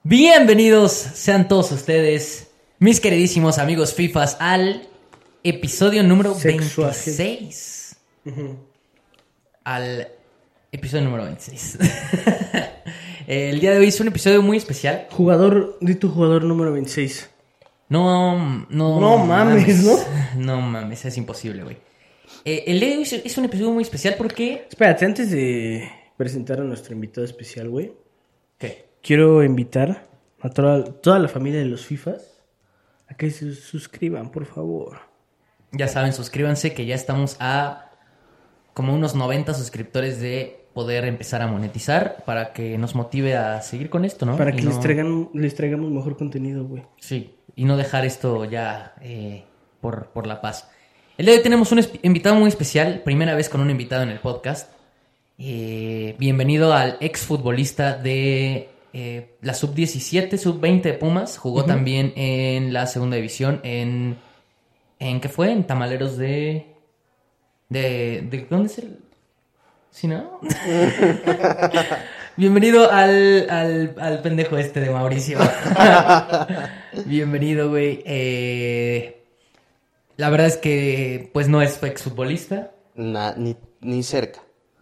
Bienvenidos sean todos ustedes, mis queridísimos amigos FIFAs, al episodio número 26. Al episodio número 26. El día de hoy es un episodio muy especial. Di tu jugador número 26. No mames, ¿no? No mames, es imposible, güey. El día de hoy es un episodio muy especial porque... Espérate, antes de presentar a nuestro invitado especial, güey. ¿Qué? Quiero invitar a toda la familia de los FIFAs a que se suscriban, por favor. Ya saben, suscríbanse que ya estamos a como unos 90 suscriptores de poder empezar a monetizar para que nos motive a seguir con esto, ¿no? Para que les traigamos mejor contenido, güey. Sí, y no dejar esto ya por la paz. El día de hoy tenemos un invitado muy especial, primera vez con un invitado en el podcast. Bienvenido al exfutbolista de la sub-17, sub-20 de Pumas. Jugó también en la segunda división, ¿en qué fue? En Tamaleros de ¿dónde es el...? ¿Sí, no? Bienvenido al pendejo este de Mauricio. Bienvenido, güey. La verdad es que pues no es exfutbolista. Ni cerca.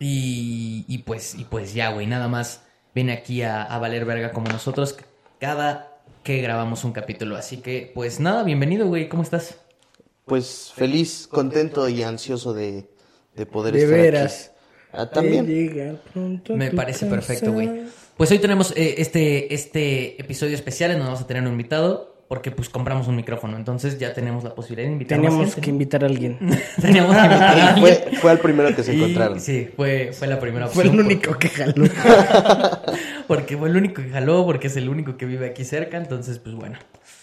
Y pues ya, güey, nada más viene aquí a valer verga como nosotros cada que grabamos un capítulo. Así que, pues nada, bienvenido, güey, ¿cómo estás? Pues feliz, contento y ansioso de poder De estar veras. aquí. También. Me parece perfecto, güey. Pues hoy tenemos este episodio especial en donde vamos a tener un invitado. Porque pues compramos un micrófono, entonces ya tenemos la posibilidad de invitar Teníamos que invitar a alguien. Teníamos que invitar a alguien. Fue el primero que se encontraron. Sí, fue la primera Fue opción. el único que jaló. Porque fue el único que jaló, porque es el único que vive aquí cerca, entonces pues bueno.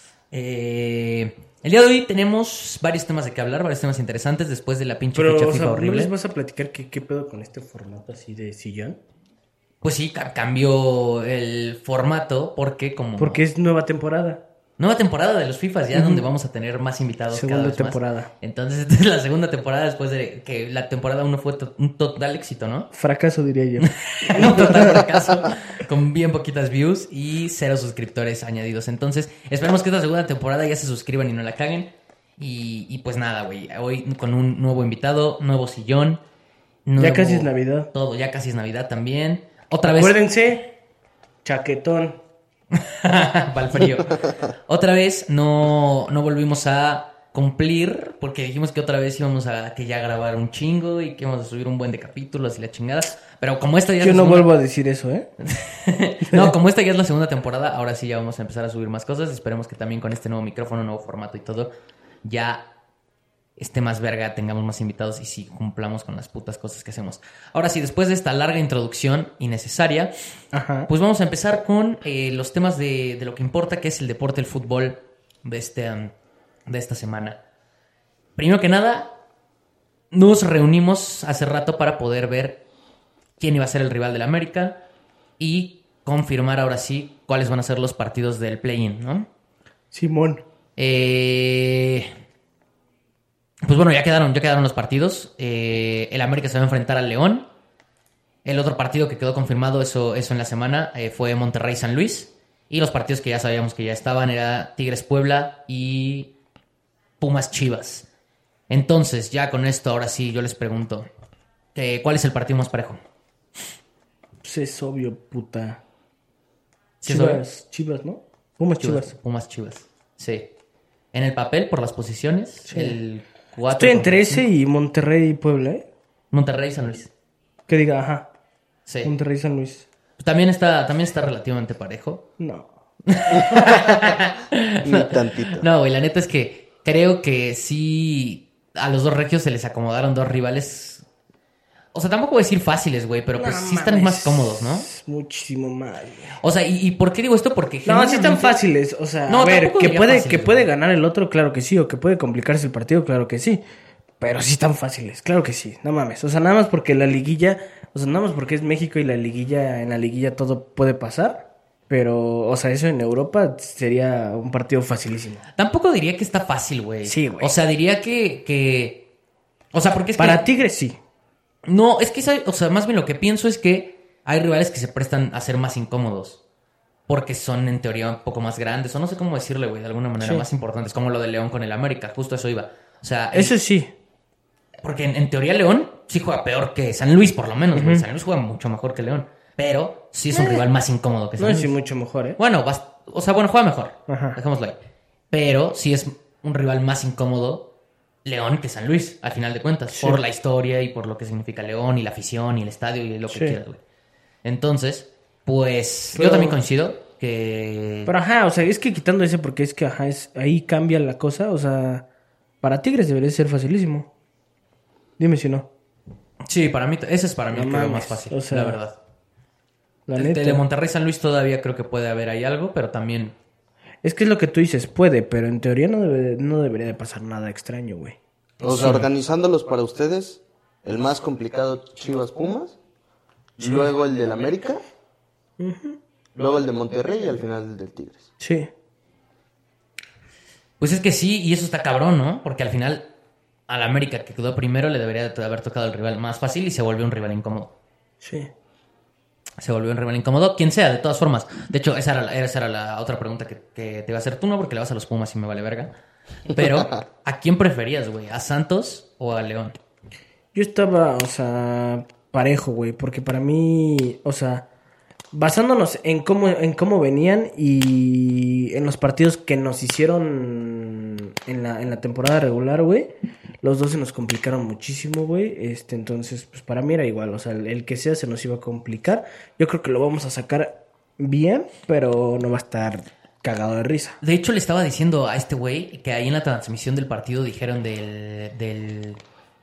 El día de hoy tenemos varios temas de qué hablar, varios temas interesantes después de la pinche fecha FIFA ¿no horrible. les vas a platicar qué pedo con este formato así de sillón? Pues sí, cambió el formato porque Porque es nueva temporada. Nueva temporada de los FIFAs, ya donde vamos a tener más invitados Segunda cada vez temporada. más. Entonces, esta es la segunda temporada después de que la temporada 1 fue un total éxito, ¿no? Fracaso, diría yo. Un total fracaso, con bien poquitas views y 0 suscriptores añadidos. Entonces, esperemos que esta segunda temporada ya se suscriban y no la caguen. Y pues nada, güey, hoy con un nuevo invitado, nuevo sillón. Ya casi es Navidad. Todo, ya casi es Navidad también. Otra vez. Acuérdense, chaquetón. Para el frío. Otra vez no volvimos a cumplir porque dijimos que otra vez íbamos a que ya grabar un chingo y que íbamos a subir un buen de capítulos y la chingada. Pero como esta ya es Yo la no segunda... vuelvo a decir eso, ¿eh? No, como esta ya es la segunda temporada, ahora sí ya vamos a empezar a subir más cosas. Esperemos que también con este nuevo micrófono, nuevo formato y todo, ya esté más verga, tengamos más invitados y sí cumplamos con las putas cosas que hacemos. Ahora sí, después de esta larga introducción innecesaria, pues vamos a empezar con los temas de lo que importa, que es el deporte, el fútbol de esta semana. Primero que nada, nos reunimos hace rato para poder ver quién iba a ser el rival del América y confirmar ahora sí cuáles van a ser los partidos del play-in, ¿no? Simón. Pues bueno, ya quedaron los partidos. El América se va a enfrentar al León. El otro partido que quedó confirmado, eso en la semana, fue Monterrey-San Luis. Y los partidos que ya sabíamos que ya estaban era Tigres-Puebla y Pumas-Chivas. Entonces, ya con esto, ahora sí, yo les pregunto, ¿cuál es el partido más parejo? Pues es obvio, puta. ¿Sí es obvio? Chivas, ¿no? Pumas-Chivas. Pumas-Chivas, sí. En el papel, por las posiciones, Sí. el 4... Estoy entre ese y Monterrey y Puebla, ¿eh? Monterrey-San Luis. Que diga, ajá. Sí. Monterrey y San Luis. También está relativamente parejo. No. Ni tantito. No, güey, la neta es que creo que sí a los dos regios se les acomodaron dos rivales. O sea, tampoco voy a decir fáciles, güey, pero pues No, sí están mames. más cómodos, ¿no? Muchísimo más, güey. O sea, ¿y por qué digo esto? Porque No, sí están genuinamente- fáciles. O sea, No, a ver, tampoco que diría puede, fáciles, que puede güey. ganar el otro, claro que sí. O que puede complicarse el partido, claro que sí. Pero sí están fáciles, claro que sí. No mames. O sea, nada más porque la liguilla... O sea, nada más porque es México y en la liguilla todo puede pasar. Pero, o sea, eso en Europa sería un partido facilísimo. Tampoco diría que está fácil, güey. Sí, güey. O sea, diría que... O sea, porque es Para que... Tigres sí. No, es que, o sea, más bien lo que pienso es que hay rivales que se prestan a ser más incómodos. porque son en teoría un poco más grandes, o no sé cómo decirle, güey, de alguna manera Sí. más importantes, como lo de León con el América, justo eso iba. O sea, Eso sí. porque en teoría León sí juega peor que San Luis, por lo menos, güey. San Luis juega mucho mejor que León, pero sí es un rival más incómodo que San No es Luis. mucho mejor, ¿eh? Bueno, o sea, bueno, juega mejor, Ajá. dejémoslo ahí. Pero sí es un rival más incómodo León que San Luis, al final de cuentas, Sí. por la historia y por lo que significa León y la afición y el estadio y lo que Sí. quieras, güey. Entonces, pues Pero- yo también coincido que... Pero ajá, o sea, es que quitando ese porque es que ajá, ahí cambia la cosa, o sea, para Tigres debería ser facilísimo. Dime si no. Sí, para mí, ese es para mí No el que veo mames, más fácil, o sea, la verdad. La El neta. de Monterrey San Luis todavía creo que puede haber ahí algo, pero también... Es que es lo que tú dices, puede, pero en teoría no debería de pasar nada extraño, güey. O sea, organizándolos para ustedes, el más complicado Chivas Pumas, luego el del América, luego el de Monterrey y al final el del Tigres. Sí. Pues es que sí, y eso está cabrón, ¿no? Porque al final al América que quedó primero le debería de haber tocado el rival más fácil y se volvió un rival incómodo. Sí. Se volvió un rival incómodo, quien sea, de todas formas. De hecho, esa era la otra pregunta que te iba a hacer tú, no, porque le vas a los Pumas y me vale verga. Pero, ¿a quién preferías, güey? ¿A Santos o a León? Yo estaba, o sea, parejo, güey, porque para mí, o sea, basándonos en cómo venían y en los partidos que nos hicieron en la temporada regular, güey, los dos se nos complicaron muchísimo, güey. Entonces, pues para mí era igual, o sea, el que sea se nos iba a complicar. Yo creo que lo vamos a sacar bien, pero no va a estar cagado de risa. De hecho, le estaba diciendo a este güey que ahí en la transmisión del partido dijeron de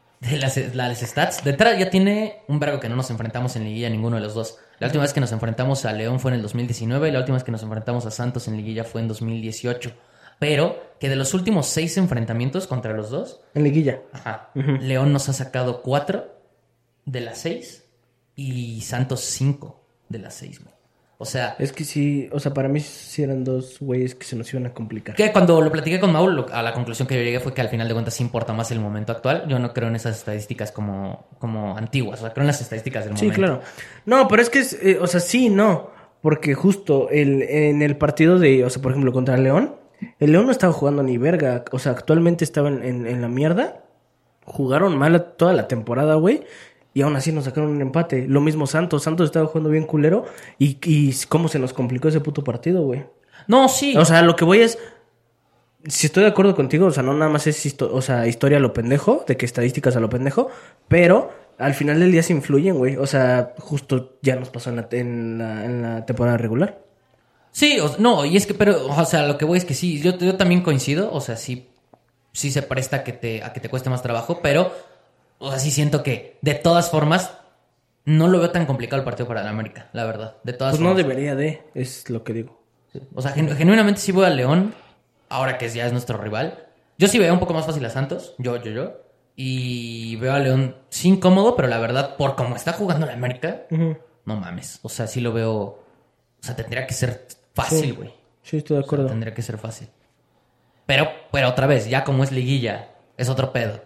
las stats. De entrada ya tiene un vergo que no nos enfrentamos en liguilla ninguno de los dos. La última vez que nos enfrentamos a León fue en el 2019 y la última vez que nos enfrentamos a Santos en liguilla fue en 2018. Pero que de los últimos 6 enfrentamientos contra los dos, En liguilla. ajá, León nos ha sacado 4 de las 6 y Santos 5 de las 6, güey. O sea, Es que sí, o sea, para mí sí eran dos güeyes que se nos iban a complicar. que cuando lo platiqué con Maul, a la conclusión que yo llegué fue que al final de cuentas sí importa más el momento actual. Yo no creo en esas estadísticas como antiguas, o sea, creo en las estadísticas del Sí, momento. claro. No, pero es que, o sea, sí, no. Porque justo en el partido de, o sea, por ejemplo, contra León, el León no estaba jugando ni verga. O sea, actualmente estaba en la mierda. Jugaron mal toda la temporada, güey. Y aún así nos sacaron un empate. Lo mismo Santos. Santos estaba jugando bien culero. Y cómo se nos complicó ese puto partido, güey. No, sí. O sea, lo que voy es... Si estoy de acuerdo contigo, o sea, no nada más es historia a lo pendejo, de que estadísticas a lo pendejo, pero al final del día se influyen, güey. O sea, justo ya nos pasó en la temporada regular. Sí, no, y es que, pero, o sea, lo que voy es que sí, yo también coincido, o sea, sí se presta a que te cueste más trabajo, pero, o sea, sí siento que, de todas formas, no lo veo tan complicado el partido para el América, la verdad, de todas Pues no formas. debería es lo que digo. O sea, genuinamente sí voy al León, ahora que ya es nuestro rival. Yo sí veo un poco más fácil a Santos, yo. Y veo a León sí incómodo, pero la verdad, por cómo está jugando la América, no mames. O sea, sí lo veo. O sea, tendría que ser fácil, güey. Sí, estoy de O sea, acuerdo. tendría que ser fácil. Pero otra vez, ya como es liguilla, es otro pedo.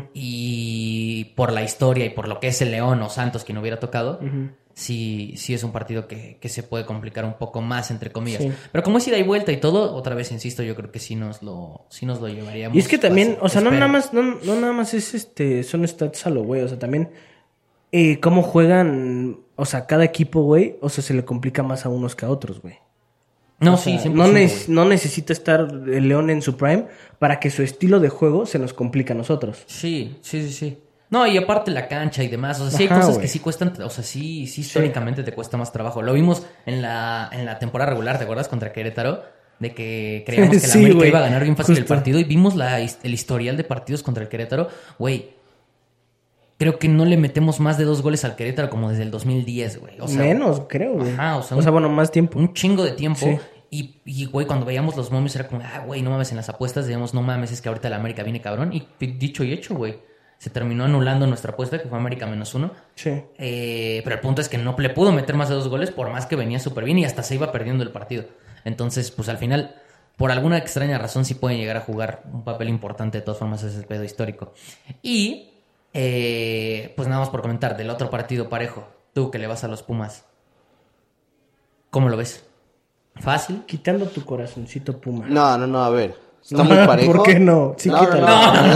Y por la historia y por lo que es el León o Santos, quien hubiera tocado, sí es un partido que se puede complicar un poco más, entre comillas. Sí. Pero como es ida y vuelta y todo, otra vez insisto, yo creo que sí nos lo llevaríamos. Y es que también, fácil, o sea, no espero. nada más es son stats a lo güey, o sea, también cómo juegan, o sea, cada equipo, güey, o sea, se le complica más a unos que a otros, güey. No, O sea, sí, 100%, no, güey. no necesita estar el León en su prime para que su estilo de juego se nos complique a nosotros. Sí. No, y aparte la cancha y demás. O sea, sí hay Ajá, cosas güey. que sí cuestan. O sea, sí históricamente te cuesta más trabajo. Lo vimos en la temporada regular, ¿te acuerdas? Contra Querétaro. De que creíamos que la Sí, América güey. iba a ganar bien fácil el Justo. partido. Y vimos el historial de partidos contra el Querétaro. Güey, creo que no le metemos más de 2 goles al Querétaro como desde el 2010, güey. O sea, Menos, creo, güey. Ajá, o sea, bueno, más tiempo. un chingo de tiempo. Sí. Y, güey, cuando veíamos los momios era como, güey, no mames, en las apuestas decíamos, no mames, es que ahorita la América viene cabrón. Y dicho y hecho, güey, se terminó anulando nuestra apuesta, que fue América -1. Sí. Pero el punto es que no le pudo meter más de 2 goles, por más que venía súper bien y hasta se iba perdiendo el partido. Entonces, pues al final, por alguna extraña razón, sí pueden llegar a jugar un papel importante, de todas formas, ese pedo histórico. Y, pues nada más por comentar, del otro partido parejo, tú que le vas a los Pumas, ¿cómo lo ves? Fácil. Quitando tu corazoncito Puma. No, a ver. Está muy parejo. ¿Por qué no? Sí, No, quítalo.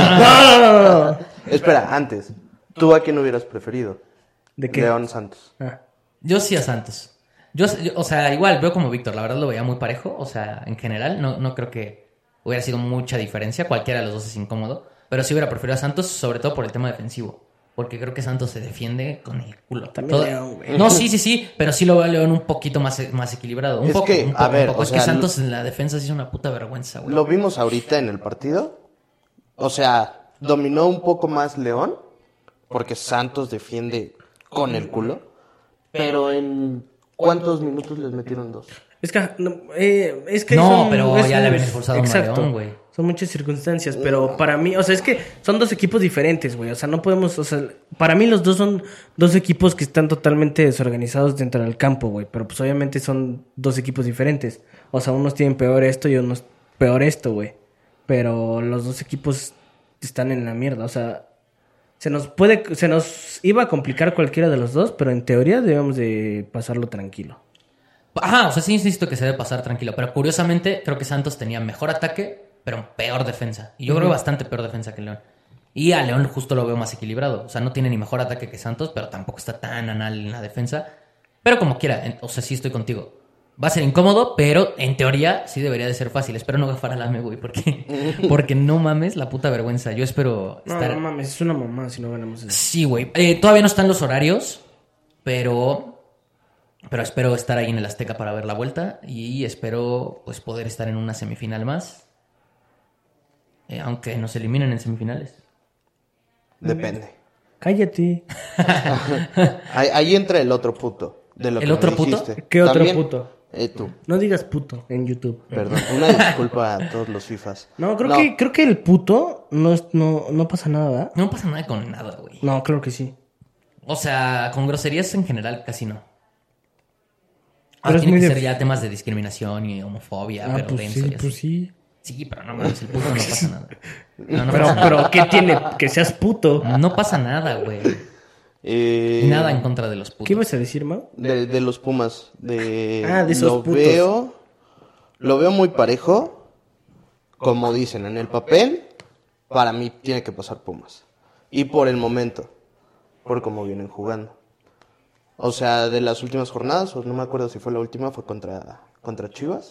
no. Espera, antes. ¿Tú a quién hubieras preferido? ¿De qué? León Santos. Ah. Yo sí a Santos. O sea, igual veo como Víctor, la verdad lo veía muy parejo. O sea, en general, no creo que hubiera sido mucha diferencia. Cualquiera de los dos es incómodo. Pero sí hubiera preferido a Santos, sobre todo por el tema defensivo. Porque creo que Santos se defiende con el culo. También León, güey. No, sí, pero sí lo veo a León un poquito más equilibrado. Un Es poco, que, un poco, a ver, un poco. o Es sea, que Santos en la defensa sí es una puta vergüenza, güey. Lo vimos ahorita en el partido. O sea, dominó un poco más León. Porque Santos defiende con el culo. Pero en ¿cuántos minutos les metieron 2? Es que No, pero ya le habían expulsado a exacto, León, güey. Son muchas circunstancias, pero para mí, o sea, es que son dos equipos diferentes, güey. O sea, no podemos, o sea, para mí los dos son dos equipos que están totalmente desorganizados dentro del campo, güey. Pero pues obviamente son dos equipos diferentes. O sea, unos tienen peor esto y unos peor esto, güey. Pero los dos equipos están en la mierda, o sea, se nos iba a complicar cualquiera de los dos, pero en teoría debemos de pasarlo tranquilo. Ajá, o sea, sí insisto que se debe pasar tranquilo. Pero curiosamente, creo que Santos tenía mejor ataque, pero peor defensa. Y yo creo que bastante peor defensa que León. Y a León justo lo veo más equilibrado. O sea, no tiene ni mejor ataque que Santos, pero tampoco está tan anal en la defensa. Pero como quiera, o sea, sí estoy contigo. Va a ser incómodo, pero en teoría sí debería de ser fácil. Espero no gafar al AME, güey, porque no mames la puta vergüenza. Yo espero estar... No mames, es una mamá si no ganamos eso. Sí, güey. Todavía no están los horarios, pero espero estar ahí en el Azteca para ver la vuelta y espero pues poder estar en una semifinal más. Aunque nos eliminen en semifinales. Depende. Cállate. Ahí entra el otro puto. De lo ¿El que otro me puto? dijiste. ¿Qué otro También, puto? Tú. No digas puto en YouTube. Perdón. Una disculpa a todos los FIFAs. No, creo que el puto no pasa nada, ¿verdad? No pasa nada con nada, güey. No, claro que sí. O sea, con groserías en general casi no. Pero es Tiene muy que de- ser ya temas de discriminación y homofobia, Ah, pero pues denso sí, y así. pues sí. Sí, pero no mames, el puto no pasa nada. No pasa nada. Pero ¿qué tiene que seas puto? No pasa nada, güey. Nada en contra de los putos. ¿Qué ibas a decir, Mau? De los Pumas. De esos putos. Lo veo muy parejo. Como dicen en el papel, para mí tiene que pasar Pumas. Y por el momento, por cómo vienen jugando. O sea, de las últimas jornadas, o no me acuerdo si fue la última, fue contra Chivas.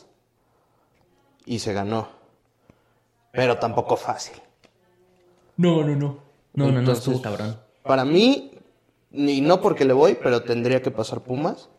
Y se ganó. Pero tampoco fácil. No Entonces, estuvo cabrón. Para mí, ni no porque le voy, pero tendría que pasar Pumas.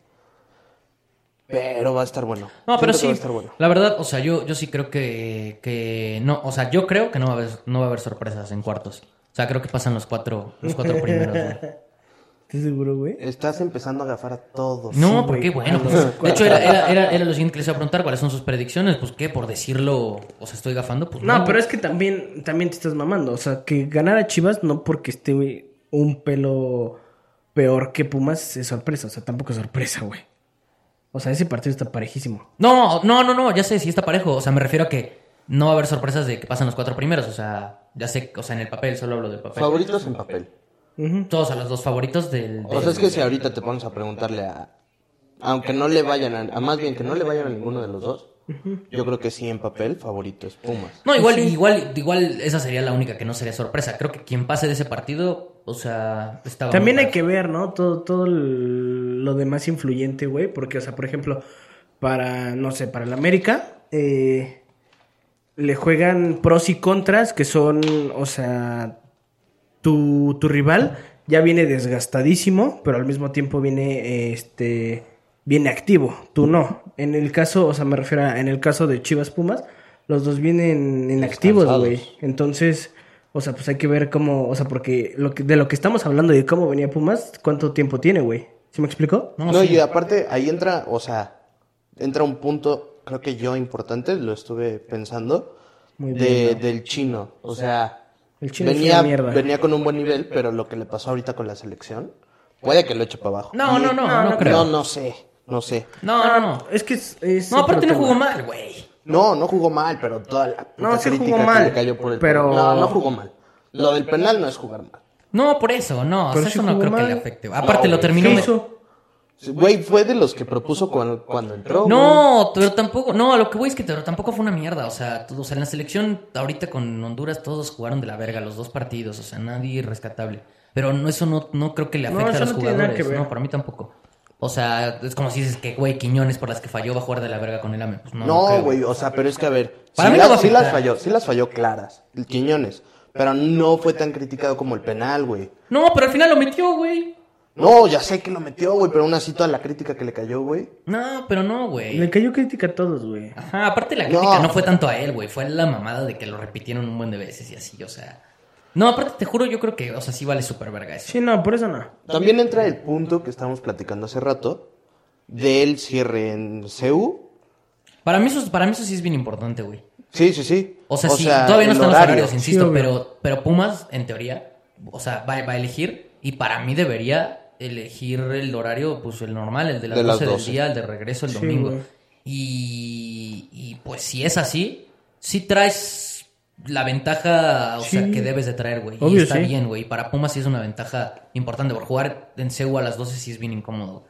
Pero va a estar bueno. No, pero Siento que sí, va a estar bueno. la verdad, o sea, yo sí creo que no, o sea, yo creo que no va a haber sorpresas en cuartos. O sea, creo que pasan los cuatro primeros, güey. ¿Estás seguro, güey? Estás empezando a agafar a todos. No, Sí, porque güey. bueno, pues, de hecho era lo siguiente que les iba a preguntar, ¿cuáles son sus predicciones? Pues qué, por decirlo, o sea, estoy gafando, pues No, pero es que también te estás mamando. O sea, que ganar a Chivas no porque esté un pelo peor que Pumas es sorpresa. O sea, tampoco es sorpresa, güey. O sea, ese partido está parejísimo. No, ya sé si está parejo, o sea, me refiero a que no va a haber sorpresas de que pasan los cuatro primeros, o sea, ya sé, o sea, en el papel, solo hablo del papel. Favoritos en papel. Todos a los dos favoritos del... O sea, es que si ahorita te pones a preguntarle aunque no le vayan a más bien que no le vayan a ninguno de los dos, yo creo que sí en papel favorito es Pumas. No, igual esa sería la única que no sería sorpresa. Creo que quien pase de ese partido, o sea, estaba... También muy hay que ver, ¿no? Todo lo demás influyente, güey. Porque, o sea, por ejemplo, para el América, le juegan pros y contras que son, o sea, tu rival ya viene desgastadísimo, pero al mismo tiempo viene activo. Tú no. En el caso, o sea, me refiero en el caso de Chivas Pumas, los dos vienen inactivos, güey. Entonces, o sea, pues hay que ver cómo, o sea, porque de lo que estamos hablando y de cómo venía Pumas, ¿cuánto tiempo tiene, güey? ¿Sí me explico? No, sí. y aparte ahí entra un punto, creo que importante, lo estuve pensando, Muy bien, del chino. O sea, El chino es una mierda. venía con un buen nivel, pero lo que le pasó ahorita con la selección, puede que lo eche para abajo. No creo. No sé. No. Es que es No, aparte no otro jugó tema. mal, güey. No jugó mal, pero toda la puta No, sí crítica jugó que mal, le cayó por el pero- No jugó mal. Lo del penal no es jugar mal. No, por eso, no. O Pero sea, sí eso no jugó creo que mal. le afecte. Aparte No, lo terminó... ¿Qué hizo? Güey, fue de los que propuso cuando entró. No, pero tampoco, no, a lo que voy es que tampoco fue una mierda, o sea, en la selección ahorita con Honduras todos jugaron de la verga los 2 partidos, o sea, nadie rescatable. Pero eso no creo que le afecte a los jugadores, no, para mí tampoco. O sea, es como si dices que, güey, Quiñones por las que falló va a jugar de la verga con el AME. Pues no, güey, o sea, pero es que a ver, para mí no va a afectar. sí las falló claras, el Quiñones, pero no fue tan criticado como el penal, güey. No, pero al final lo metió, güey. No, ya sé que lo metió, güey, pero aún así toda la crítica que le cayó, güey. No, pero no, güey. Le cayó crítica a todos, güey. Ajá, aparte la crítica no fue tanto a él, güey. Fue la mamada de que lo repitieron un buen de veces y así, o sea. No, aparte te juro, yo creo que, o sea, sí vale súper verga eso. Sí, no, por eso no. También entra el punto que estábamos platicando hace rato del cierre en CU. Para mí eso sí es bien importante, güey. Sí. O sea, sí, todavía no están los horarios, insisto, Sí, pero Pumas, en teoría, o sea, va a elegir y para mí debería elegir el horario, pues el normal, el de las 12 del día, el de regreso el domingo. Güey. Y pues si es así, sí traes la ventaja, o sea, que debes de traer, güey. Y está bien, güey. Para Pumas sí es una ventaja importante, por jugar en CU a las 12 sí es bien incómodo.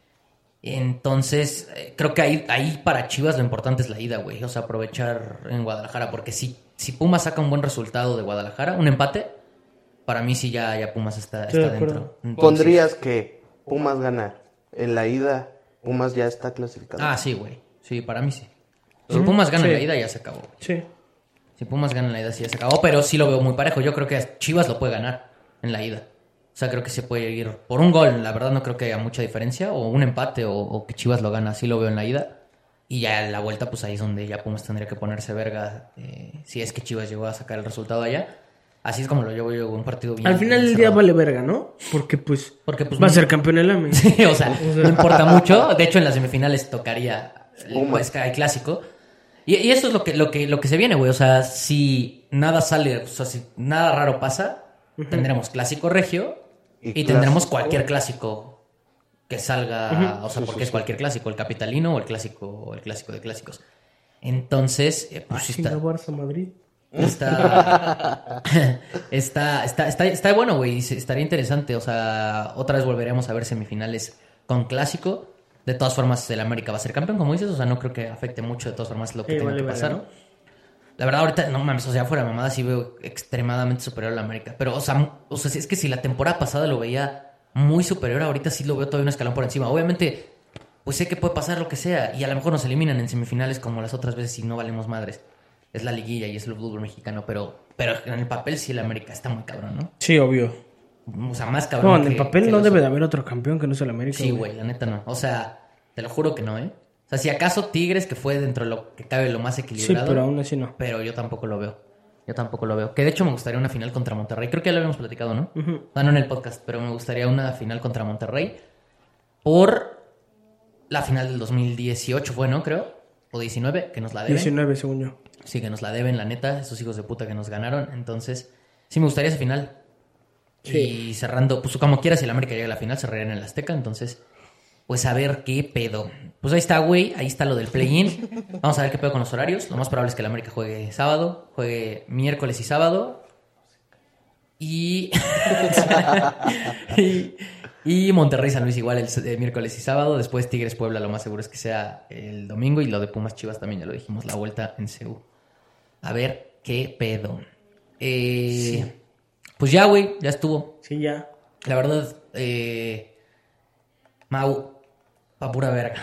Entonces, creo que ahí para Chivas lo importante es la ida, güey. O sea, aprovechar en Guadalajara, porque si Pumas saca un buen resultado de Guadalajara, un empate, para mí sí ya Pumas está dentro. Entonces, ¿pondrías que Pumas gana en la ida? Pumas ya está clasificado. Ah, sí, güey. Sí, para mí sí. Si Pumas gana en la ida, ya se acabó. Sí. Si Pumas gana en la ida, sí ya se acabó. Pero sí lo veo muy parejo. Yo creo que Chivas lo puede ganar en la ida. O sea, creo que se puede ir por un gol. La verdad no creo que haya mucha diferencia. O un empate o que Chivas lo gana. Así lo veo en la ida. Y ya en la vuelta, pues ahí es donde ya Pumas tendría que ponerse verga. Si es que Chivas llegó a sacar el resultado allá. Así es como lo llevo yo, un partido bien. Al final del día vale verga, ¿no? Porque pues va a ser campeón el AME. Sí, o sea, no importa mucho. De hecho, en las semifinales tocaría pues, el clásico. Y eso es lo que se viene, güey. O sea, si nada sale, o sea, si nada raro pasa, tendremos clásico regio y tendremos cualquier clásico que salga, o sea, porque es cualquier clásico, el capitalino o el clásico de clásicos. Entonces, pues sí está. Barça Madrid. Está bueno, güey. Estaría interesante. O sea, otra vez volveremos a ver semifinales con clásico. De todas formas, el América va a ser campeón, como dices. O sea, no creo que afecte mucho de todas formas lo que tenga que pasar. ¿No? La verdad, ahorita, no mames, o sea, fuera de mamada, sí veo extremadamente superior al América. Pero, o sea, es que si la temporada pasada lo veía muy superior, ahorita sí lo veo todavía un escalón por encima. Obviamente, pues sé que puede pasar lo que sea. Y a lo mejor nos eliminan en semifinales como las otras veces y no valemos madres. Es la liguilla y es el fútbol mexicano, pero en el papel sí el América está muy cabrón, ¿no? Sí, obvio. O sea, más cabrón. No, en el papel no debe de haber otro campeón que no sea el América. Sí, güey, la neta no. O sea, te lo juro que no, ¿eh? O sea, si acaso Tigres, que fue dentro de lo que cabe lo más equilibrado. Sí, pero aún así no. Pero yo tampoco lo veo. Que de hecho me gustaría una final contra Monterrey. Creo que ya lo habíamos platicado, ¿no? No en el podcast, pero me gustaría una final contra Monterrey. Por la final del 2018 fue, ¿no? Creo. O 19, que nos la deben. 19, según yo. Sí, que nos la deben, la neta, esos hijos de puta que nos ganaron. Entonces, sí me gustaría esa final. Sí. Y cerrando, pues como quiera, si el América llega a la final, cerrarían en el Azteca. Entonces, pues a ver qué pedo. Pues ahí está, güey, ahí está lo del play-in. Vamos a ver qué pedo con los horarios. Lo más probable es que el América juegue sábado, juegue miércoles y sábado. Y Monterrey San Luis igual el miércoles y sábado. Después Tigres Puebla, lo más seguro es que sea el domingo. Y lo de Pumas Chivas también, ya lo dijimos, la vuelta en CU. A ver qué pedo. Sí. Pues ya, güey, ya estuvo. Sí, ya. La verdad, Mau, pa' pura verga.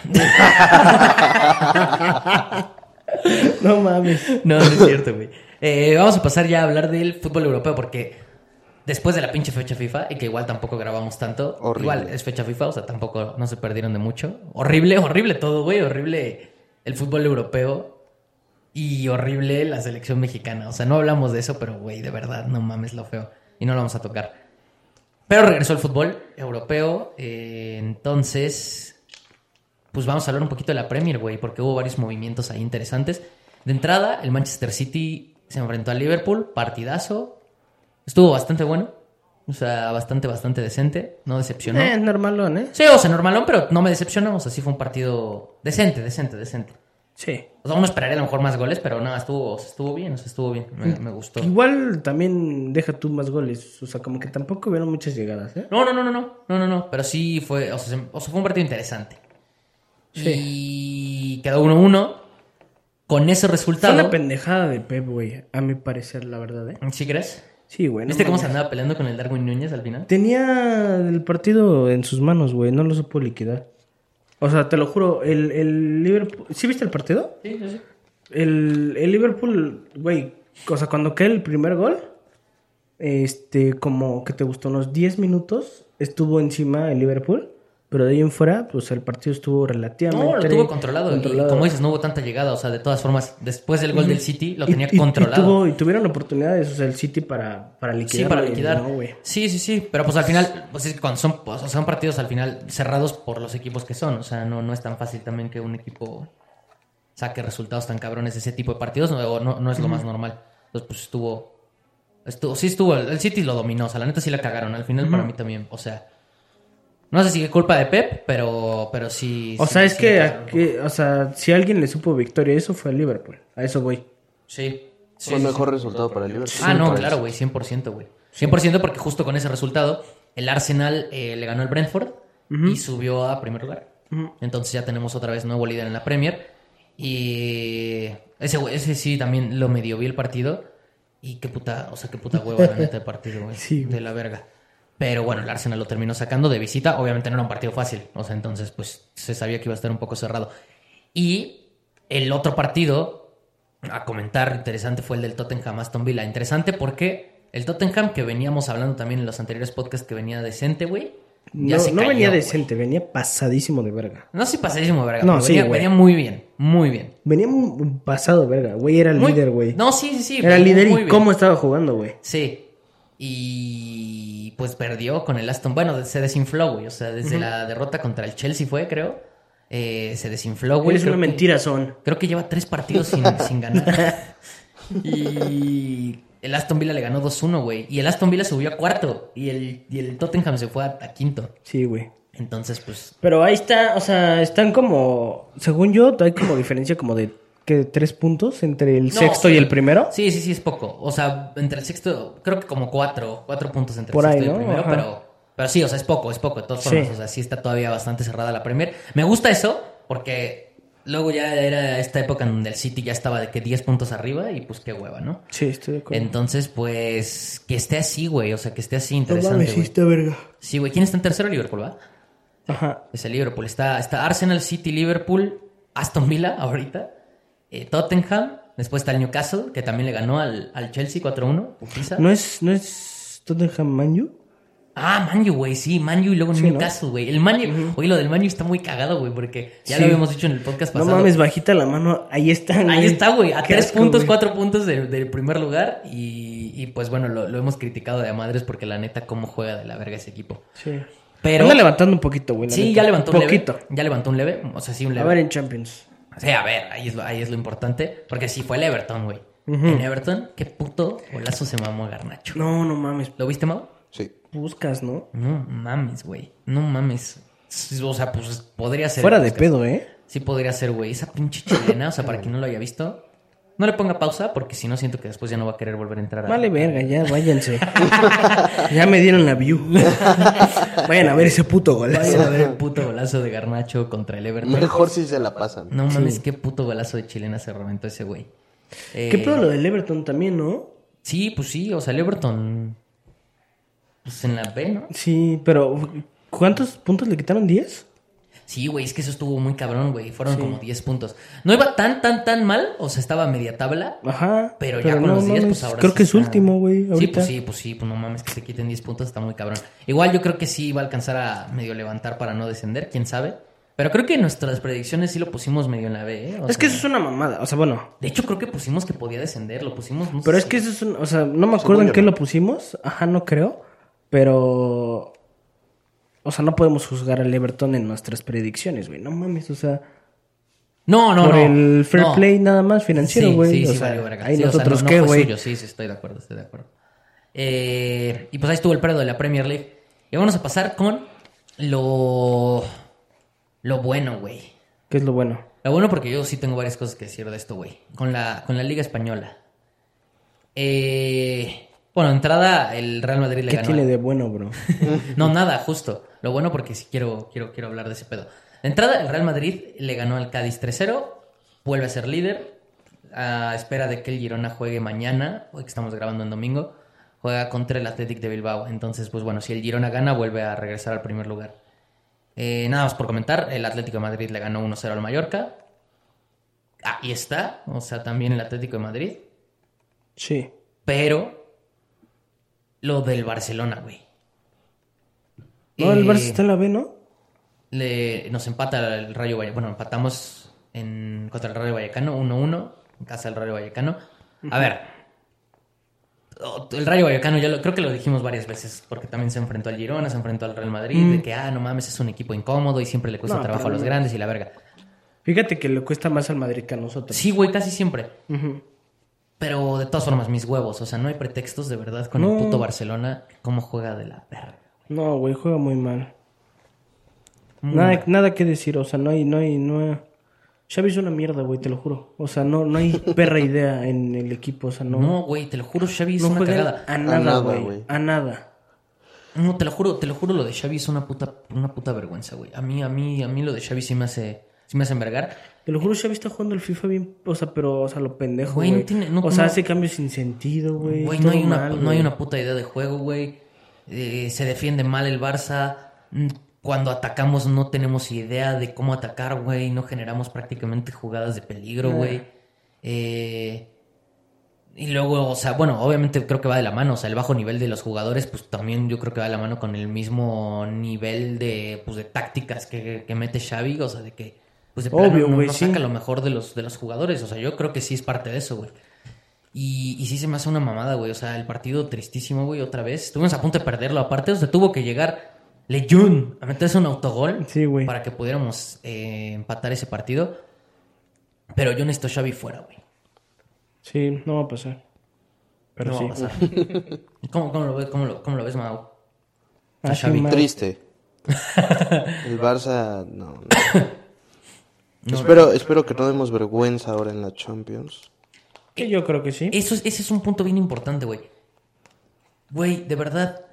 No mames. No es cierto, güey. Vamos a pasar ya a hablar del fútbol europeo porque después de la pinche fecha FIFA, y que igual tampoco grabamos tanto, igual es fecha FIFA, o sea, tampoco no se perdieron de mucho. Horrible todo, güey, horrible el fútbol europeo y horrible la selección mexicana. O sea, no hablamos de eso, pero, güey, de verdad, no mames lo feo. Y no lo vamos a tocar. Pero regresó el fútbol europeo, entonces, pues vamos a hablar un poquito de la Premier, güey, porque hubo varios movimientos ahí interesantes. De entrada, el Manchester City se enfrentó al Liverpool, partidazo. Estuvo bastante bueno. O sea, bastante decente. No decepcionó. Normalón, ¿eh? Sí, o sea, normalón, pero no me decepcionó. O sea, sí fue un partido decente. Sí. O sea, uno esperaría a lo mejor más goles, pero no, estuvo bien, o sea, estuvo bien. Me gustó. Igual también deja tú más goles. O sea, como que tampoco vieron muchas llegadas, ¿eh? No. Pero sí fue, o sea, fue un partido interesante. Sí. Y quedó 1-1. Con ese resultado. Fue una pendejada de Pep, güey. A mi parecer, la verdad, ¿eh? ¿Sí crees? Sí, güey. no ¿Viste cómo se mames. andaba peleando con el Darwin Núñez al final? Tenía el partido en sus manos, güey. No lo supo liquidar. O sea, te lo juro, el Liverpool... ¿Sí viste el partido? Sí. El Liverpool, güey, o sea, cuando cae el primer gol, como que te gustó unos 10 minutos, estuvo encima el Liverpool, pero de ahí en fuera, pues el partido estuvo relativamente... No, lo tuvo controlado. Y como dices, no hubo tanta llegada. O sea, de todas formas, después del gol del City, lo tenía controlado. Y tuvieron oportunidades, o sea, el City para liquidar. Sí, para liquidar. No, güey. Sí. Pero pues al final, pues es que cuando son partidos al final cerrados por los equipos que son. O sea, no es tan fácil también que un equipo saque resultados tan cabrones de ese tipo de partidos. No es lo más normal. Entonces, pues estuvo. El City lo dominó. O sea, la neta sí la cagaron. Al final, para mí también. O sea, no sé si es culpa de Pep, pero sí. O sí, sea, es sí que, le cagaron. o sea, si alguien le supo victoria, eso fue al Liverpool. A eso voy. Sí. Fue el mejor resultado para el Liverpool. Ah, no, claro, güey, 100%, güey. 100% porque justo con ese resultado, el Arsenal le ganó al Brentford y subió a primer lugar. Entonces ya tenemos otra vez nuevo líder en la Premier. Y ese sí también lo medio vi el partido. Y qué puta hueva la neta de partido, güey. Sí, güey. De la verga. Pero bueno, el Arsenal lo terminó sacando de visita. Obviamente no era un partido fácil. O sea, entonces pues se sabía que iba a estar un poco cerrado. Y el otro partido a comentar interesante fue el del Tottenham Aston Villa. Interesante porque el Tottenham, que veníamos hablando también en los anteriores podcasts, que venía decente, güey. Ya No, se no cayó, venía güey. decente, venía pasadísimo de verga. No sé si pasadísimo de verga, No, pero sí, güey. venía muy bien, muy bien. Venía un pasado de verga, güey, era el líder, güey. No, sí. Era muy, líder muy y bien. cómo estaba jugando, güey. Sí. Y pues perdió con el Aston. Bueno, se desinfló, güey. O sea, desde la derrota contra el Chelsea fue, creo. Se desinfló, güey. Es una mentira, son. Creo que lleva 3 partidos sin ganar. Y el Aston Villa le ganó 2-1, güey. Y el Aston Villa subió a cuarto. Y el Tottenham se fue a quinto. Sí, güey. Entonces, pues... Pero ahí está, o sea, están como, según yo, hay como diferencia como de, ¿qué? 3 puntos entre el No, sexto sí. y el primero. Sí, es poco. O sea, entre el sexto, creo que como 4 puntos entre Por el ahí, sexto y ¿no? el primero, Ajá. pero sí, o sea, es poco, de todas formas. Sí. O sea, sí está todavía bastante cerrada la Premier. Me gusta eso, porque luego ya era esta época en donde el City ya estaba de que 10 puntos arriba y pues qué hueva, ¿no? Sí, estoy de acuerdo. Entonces, pues, que esté así, güey. O sea, que esté así interesante, güey. verga. Sí, güey. ¿Quién está en tercero? Liverpool, ¿va? Ajá. Es el Liverpool. Está Arsenal, City, Liverpool, Aston Villa ahorita, Tottenham. Después está el Newcastle, que también le ganó al Chelsea 4-1. Putiza. ¿No es Tottenham Man U? Ah, Man U, güey, sí, Man U y luego Sí, Newcastle, güey. El Man U, oye, lo del Man U está muy cagado, güey, porque ya Sí. lo habíamos dicho en el podcast No pasado. mames, bajita la mano, ahí están. Ahí está, güey, a Qué 3 asco, puntos, güey. 4 puntos del primer lugar. Y pues bueno, lo hemos criticado de a madres porque la neta, cómo juega de la verga ese equipo. Sí. Pero... Anda levantando un poquito, güey. la Sí, neta. ya levantó un poquito. leve. Ya levantó un leve, o sea, sí, un A leve. ver en Champions. Sí, a ver, ahí es lo importante. Porque sí fue el Everton, güey. En Everton, qué puto golazo se mamó Garnacho. No, no mames. ¿Lo viste, Mau? Sí. Buscas, ¿no? No mames, güey. No mames. O sea, pues podría ser. Fuera de Puskas. pedo, ¿eh? Sí podría ser, güey. Esa pinche chilena, o sea, para quien no lo haya visto. No le ponga pausa porque si no siento que después ya no va a querer volver a entrar a... Vale, verga, ya, váyanse. Ya me dieron la view. Vayan a ver ese puto Vayan a golazo. ver el puto golazo de Garnacho contra el Everton. Mejor si se la pasan. No mames, qué puto golazo de chilena se reventó ese güey. ¿Qué pedo lo del Everton también, no? Sí, pues sí, o sea, el Everton... Pues en la B, ¿no? Sí, pero ¿cuántos puntos le quitaron? ¿10? Sí, güey, es que eso estuvo muy cabrón, güey. Fueron como 10 puntos. No iba tan mal, o sea, estaba a media tabla. Ajá. Pero ya con los 10, mames, pues ahora creo sí que es está- último, güey, ahorita. Pues no mames, que te quiten 10 puntos está muy cabrón. Igual yo creo que sí va a alcanzar a medio levantar para no descender, quién sabe. Pero creo que nuestras predicciones sí lo pusimos medio en la B, ¿eh? O Es que sea, eso es una mamada, o sea, bueno. de hecho, creo que pusimos que podía descender, lo pusimos... no sé Pero es si- que eso es un, o sea, no me acuerdo en yo qué no. lo pusimos. Ajá, no creo. Pero... O sea, no podemos juzgar al Everton en nuestras predicciones, güey. No mames, o sea... No, por no. el fair No. play nada más financiero, Sí, güey. sí, o sí, sea, valió verga. ahí Sí, o sea, nosotros no qué, fue güey. suyo. Sí, estoy de acuerdo. Y pues ahí estuvo el periodo de la Premier League. Y vamos a pasar con lo bueno, güey. ¿Qué es lo bueno? Lo bueno porque yo sí tengo varias cosas que decir de esto, güey. Con la Liga Española. Bueno, entrada, el Real Madrid le ¿Qué ganó. tiene de bueno, bro? No, nada, justo. Lo bueno porque sí quiero hablar de ese pedo. De entrada, el Real Madrid le ganó al Cádiz 3-0. Vuelve a ser líder. A espera de que el Girona juegue mañana, hoy que estamos grabando en domingo. Juega contra el Athletic de Bilbao. Entonces, pues bueno, si el Girona gana, vuelve a regresar al primer lugar. Nada más por comentar, el Atlético de Madrid le ganó 1-0 al Mallorca. Ahí está, o sea, también el Atlético de Madrid. Sí. Pero lo del Barcelona, güey. No, el Barça está en la B, ¿no? Nos empata el Rayo Vallecano. Bueno, empatamos contra el Rayo Vallecano 1-1 en casa del Rayo Vallecano. A ver, el Rayo Vallecano creo que lo dijimos varias veces, porque también se enfrentó al Girona, se enfrentó al Real Madrid, de que, no mames, es un equipo incómodo y siempre le cuesta No, trabajo a pero los no. grandes y la verga. Fíjate que le cuesta más al Madrid que a nosotros. Sí, güey, casi siempre. Ujú. Pero de todas formas, mis huevos, o sea, no hay pretextos de verdad con el puto Barcelona, cómo juega de la verga. No, güey, juega muy mal. Muy Nada, mal. nada que decir, o sea, no hay... Xavi es una mierda, güey, te lo juro. O sea, no hay perra idea en el equipo, o sea, no... No, güey, te lo juro, Xavi es no una juega cagada. a nada, nada, güey. güey. A nada. No, te lo juro, lo de Xavi es una puta vergüenza, güey. A mí lo de Xavi sí me hace envergar. Te lo juro, Xavi está jugando el FIFA bien, o sea, pero, o sea, lo pendejo, Güey, güey. no tiene- no- o sea, no- hace cambios sin sentido, güey. Güey, todo no hay mal, güey. una puta idea de juego, güey. Se defiende mal el Barça. Cuando atacamos no tenemos idea de cómo atacar, güey. No generamos prácticamente jugadas de peligro, güey. Y luego, o sea, bueno, obviamente creo que va de la mano. O sea, el bajo nivel de los jugadores, pues también yo creo que va de la mano con el mismo nivel de tácticas que mete Xavi. O sea, de que, pues de plano Obvio, no güey, sí. saca lo mejor de los jugadores. O sea, yo creo que sí es parte de eso, güey. Y sí se me hace una mamada, güey. O sea, el partido tristísimo, güey, otra vez. Estuvimos a punto de perderlo. Aparte, o sea, tuvo que llegar Leyun a meterse un autogol Sí, güey. para que pudiéramos empatar ese partido. Pero yo necesito a Xavi fuera, güey. Sí, no va a pasar. Pero No sí. va a pasar. ¿Cómo lo ves, Mau? Ah, Xavi. sí, mal. Triste. El Barça, no. No, Espero que no demos vergüenza ahora en la Champions. Que yo creo que sí. ese es un punto bien importante, güey. Güey, de verdad.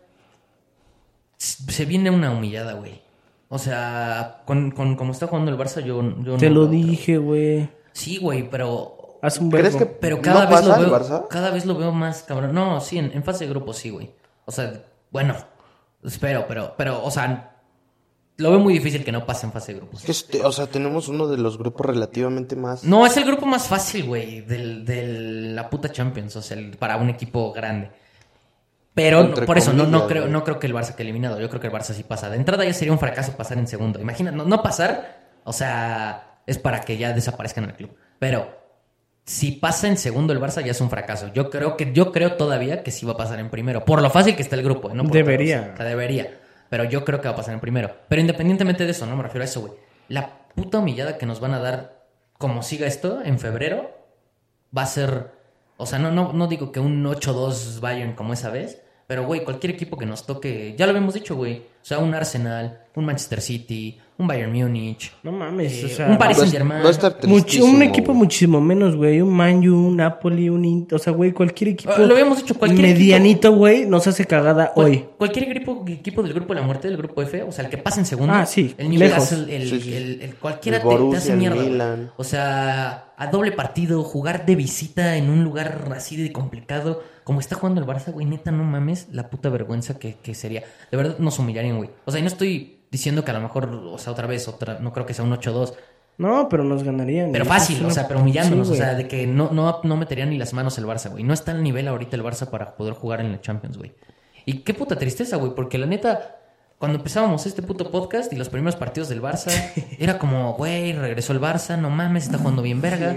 Se viene una humillada, güey. O sea, con como está jugando el Barça, yo Te no lo veo- dije, güey. Sí, güey, pero Haz un ¿Crees verbo. que Pero no cada vez pasa lo el veo. Barça? Cada vez lo veo más cabrón. No, sí, en fase de grupo sí, güey. O sea, bueno, espero, pero, o sea, lo veo muy difícil que no pase en fase de grupos. O sea, tenemos uno de los grupos relativamente más... No, es el grupo más fácil, güey, de la puta Champions, o sea, para un equipo grande. Pero Entre por eso comillas, güey. no creo que el Barça quede eliminado. Yo creo que el Barça sí pasa. De entrada ya sería un fracaso pasar en segundo. Imagina, no pasar, o sea, es para que ya desaparezcan en el club. Pero si pasa en segundo el Barça ya es un fracaso. Yo creo todavía que sí va a pasar en primero. Por lo fácil que está el grupo, ¿no? Por Debería. otra cosa. O sea, debería. Pero yo creo que va a pasar en primero. Pero independientemente de eso, no me refiero a eso, güey. La puta humillada que nos van a dar como siga esto en febrero va a ser... O sea, no digo que un 8-2 Bayern como esa vez, pero, güey, cualquier equipo que nos toque, ya lo habíamos dicho, güey. O sea, un Arsenal, un Manchester City, un Bayern Múnich, No mames, o sea... un Paris Va a Saint-Germain. estar un tristísimo, equipo güey. muchísimo menos, güey. Un Man U, un Napoli, o sea, güey, cualquier equipo... Lo habíamos dicho, cualquier medianito, güey, nos hace cagada hoy. Cualquier equipo del grupo de la muerte, del grupo F, o sea, el que pase en segundo. Ah, sí, El Newcastle, lejos. Sí. el cualquiera El te Borussia, hace el mierda. güey. Milan. O sea, a doble partido, jugar de visita en un lugar así de complicado. Como está jugando el Barça, güey, neta, no mames la puta vergüenza que sería. De verdad nos humillarían, güey. O sea, y no estoy diciendo que a lo mejor, o sea, no creo que sea un 8-2. No, pero nos ganarían. Pero Eso fácil, es una- o sea, pero humillándonos, Sí, o sea, güey. de que no metería ni las manos el Barça, güey. No está al nivel ahorita el Barça para poder jugar en la Champions, güey. Y qué puta tristeza, güey, porque la neta, cuando empezábamos este puto podcast y los primeros partidos del Barça, era como, güey, regresó el Barça, no mames, está jugando bien verga.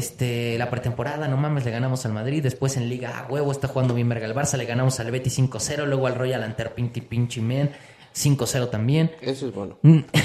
La pretemporada, no mames, le ganamos al Madrid. Después en Liga, huevo, está jugando bien verga el Barça, le ganamos al Betis 5-0, luego al Royal Antwerp pinche men 5-0 también. Eso es bueno.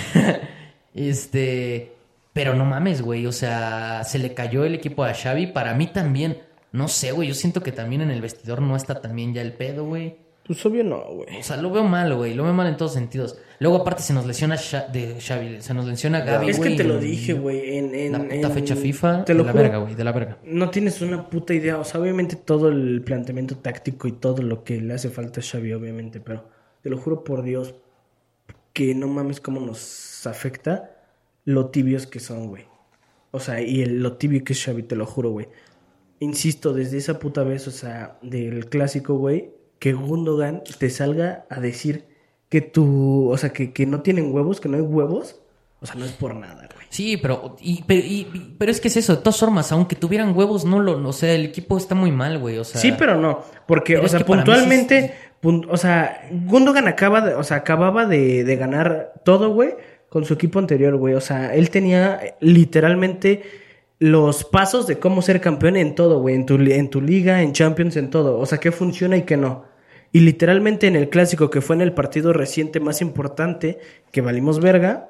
Pero no mames, güey, o sea, se le cayó el equipo a Xavi. Para mí también, no sé, güey, yo siento que también en el vestidor no está tan bien ya el pedo, güey. Pues obvio no, güey. O sea, lo veo mal, güey. Lo veo mal en todos sentidos. Luego, aparte, se nos lesiona Xavi. Se nos lesiona Gavi, Es que güey, te lo en dije, güey. la puta fecha FIFA. Te De lo la juro. verga, güey. De la verga. No tienes una puta idea. O sea, obviamente todo el planteamiento táctico y todo lo que le hace falta a Xavi, obviamente. Pero te lo juro por Dios que no mames cómo nos afecta lo tibios que son, güey. O sea, lo tibio que es Xavi, te lo juro, güey. Insisto, desde esa puta vez, o sea, del clásico, güey, que Gundogan te salga a decir que o sea, que no tienen huevos, que no hay huevos. O sea, no es por nada, güey. Sí, pero es que es eso. De todas formas, aunque tuvieran huevos, o sea, el equipo está muy mal, güey. O sea, Sí, pero no, porque, pero o es sea, que para mí puntualmente, o sea, Gundogan acababa de ganar todo, güey, con su equipo anterior, güey. O sea, él tenía literalmente los pasos de cómo ser campeón en todo, güey, en tu liga, en Champions, en todo. O sea, qué funciona y qué no. Y literalmente en el clásico, que fue en el partido reciente más importante, que valimos verga,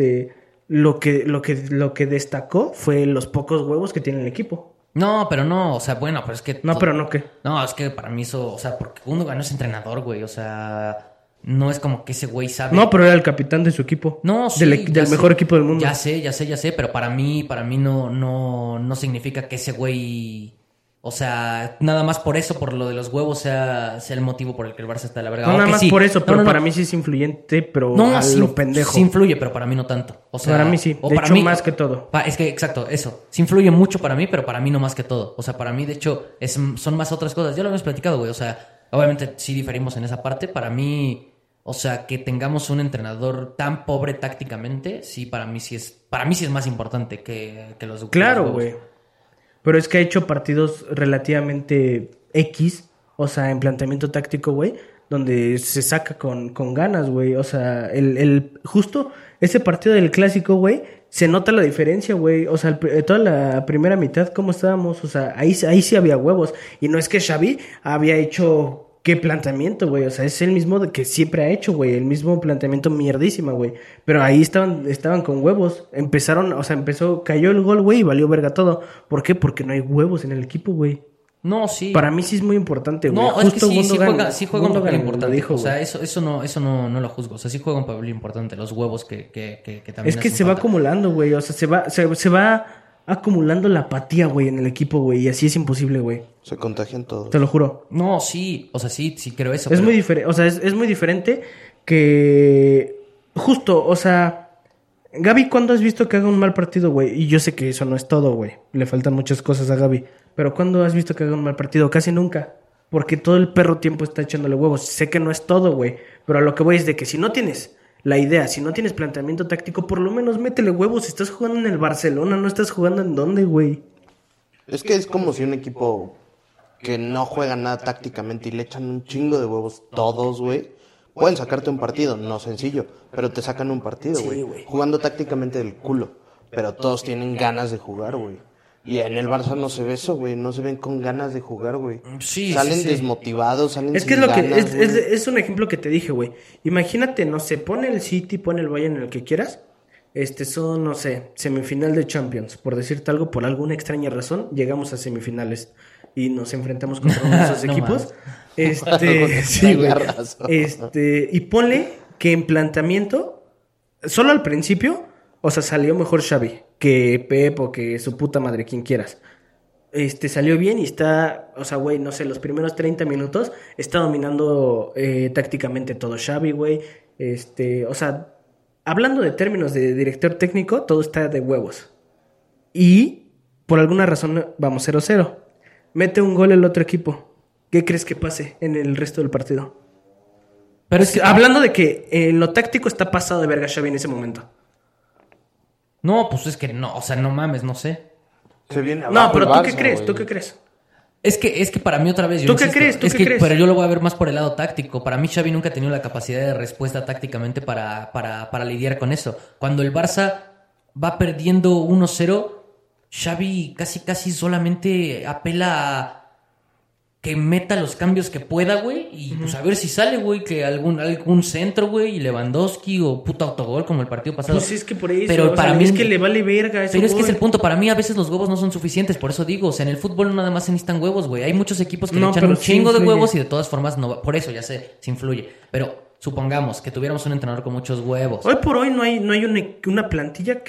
lo que destacó fue los pocos huevos que tiene el equipo. No, pero no, o sea, bueno, pero es que... No, pero no, ¿qué? No, es que para mí eso, o sea, porque Gundogan no es entrenador, güey, o sea, no es como que ese güey sabe... No, pero era el capitán de su equipo. No, sí, Del mejor equipo del mundo. Ya sé, pero para mí no significa que ese güey... O sea, nada más por eso, por lo de los huevos, sea el motivo por el que el Barça está de la verga. No, nada Aunque más sí. por eso, pero No. para mí sí es influyente, pero No, a sí, lo pendejo. sí influye, pero para mí no tanto. O sea, Para mí sí, o de para hecho mí, más que todo. Es que, exacto, eso. Sí influye mucho para mí, pero para mí no más que todo. O sea, para mí, de hecho, son más otras cosas. Ya lo hemos platicado, güey. O sea, obviamente sí diferimos en esa parte. Para mí, o sea, que tengamos un entrenador tan pobre tácticamente, sí, para mí sí es más importante que los Claro, los huevos. güey. Pero es que ha hecho partidos relativamente X, o sea, en planteamiento táctico, güey, donde se saca con ganas, güey. O sea, justo ese partido del clásico, güey, se nota la diferencia, güey. O sea, toda la primera mitad, ¿cómo estábamos? O sea, ahí sí había huevos. Y no es que Xavi había hecho... ¿Qué planteamiento, güey? O sea, es el mismo que siempre ha hecho, güey. El mismo planteamiento mierdísima, güey. Pero ahí estaban con huevos. Cayó el gol, güey, y valió verga todo. ¿Por qué? Porque no hay huevos en el equipo, güey. No, sí. Para mí sí es muy importante, güey. No, es que sí juega un Gundogan papel lo importante. dijo, o sea, güey. eso no lo juzgo. O sea, sí juega un papel importante. Los huevos que también Es que hacen se va falta. acumulando, güey. O sea, se va acumulando la apatía, güey, en el equipo, güey. Y así es imposible, güey. Se contagian todos. Te lo juro. No, sí. O sea, sí creo eso. Es pero- muy diferente, o sea, es muy diferente que justo, o sea, Gaby, ¿cuándo has visto que haga un mal partido, güey? Y yo sé que eso no es todo, güey. Le faltan muchas cosas a Gaby. Pero ¿cuándo has visto que haga un mal partido? Casi nunca. Porque todo el perro tiempo está echándole huevos. Sé que no es todo, güey. Pero a lo que voy es de que si no tienes la idea, si no tienes planteamiento táctico, por lo menos métele huevos. Estás jugando en el Barcelona, no estás jugando en dónde, güey. Es que es como si un equipo que no juega nada tácticamente y le echan un chingo de huevos todos, güey. Pueden sacarte un partido, no sencillo, pero te sacan un partido, güey. Jugando tácticamente del culo. Pero todos tienen ganas de jugar, güey. Y en el Barça no se ve eso, güey. No se ven con ganas de jugar, güey. Sí, Salen sí, sí. desmotivados, salen Es que sin es lo que ganas, güey. es un ejemplo que te dije, güey. Imagínate, no sé, pone el City, pone el Bayern en el que quieras. Son, no sé, semifinal de Champions, por decirte algo, por alguna extraña razón, llegamos a semifinales y nos enfrentamos contra uno de esos No equipos. Alguna Sí, güey. extraña razón. Y ponle que en planteamiento, solo al principio, o sea, salió mejor Xavi que Pep o que su puta madre, quien quieras. Salió bien y está, o sea, güey, no sé, los primeros 30 minutos está dominando tácticamente todo Xavi, güey. O sea, hablando de términos de director técnico, todo está de huevos. Y por alguna razón vamos 0-0. Mete un gol el otro equipo. ¿Qué crees que pase en el resto del partido? Pero es que, Hablando de que en lo táctico está pasado de verga Xavi en ese momento. no, pues es que no, o sea, no mames, no sé. Se viene No, abajo pero el ¿tú qué Barça, crees? güey. ¿Tú qué crees? Es que para mí otra vez yo ¿Tú qué insisto, crees? ¿Tú es qué que, crees? pero yo lo voy a ver más por el lado táctico. Para mí Xavi nunca ha tenido la capacidad de respuesta tácticamente para lidiar con eso. Cuando el Barça va perdiendo 1-0, Xavi casi solamente apela que meta los cambios que pueda, güey, y pues a ver si sale, güey, que algún centro, güey, y Lewandowski o puto autogol como el partido pasado. Pues es que por eso, pero para mí es que le vale verga eso. Pero es que es el punto, para mí a veces los huevos no son suficientes, por eso digo, o sea, en el fútbol no nada más se necesitan huevos, güey. Hay muchos equipos que le echan un chingo de huevos y de todas formas no va, por eso ya sé, se influye. Pero supongamos que tuviéramos un entrenador con muchos huevos. Hoy por hoy no hay una plantilla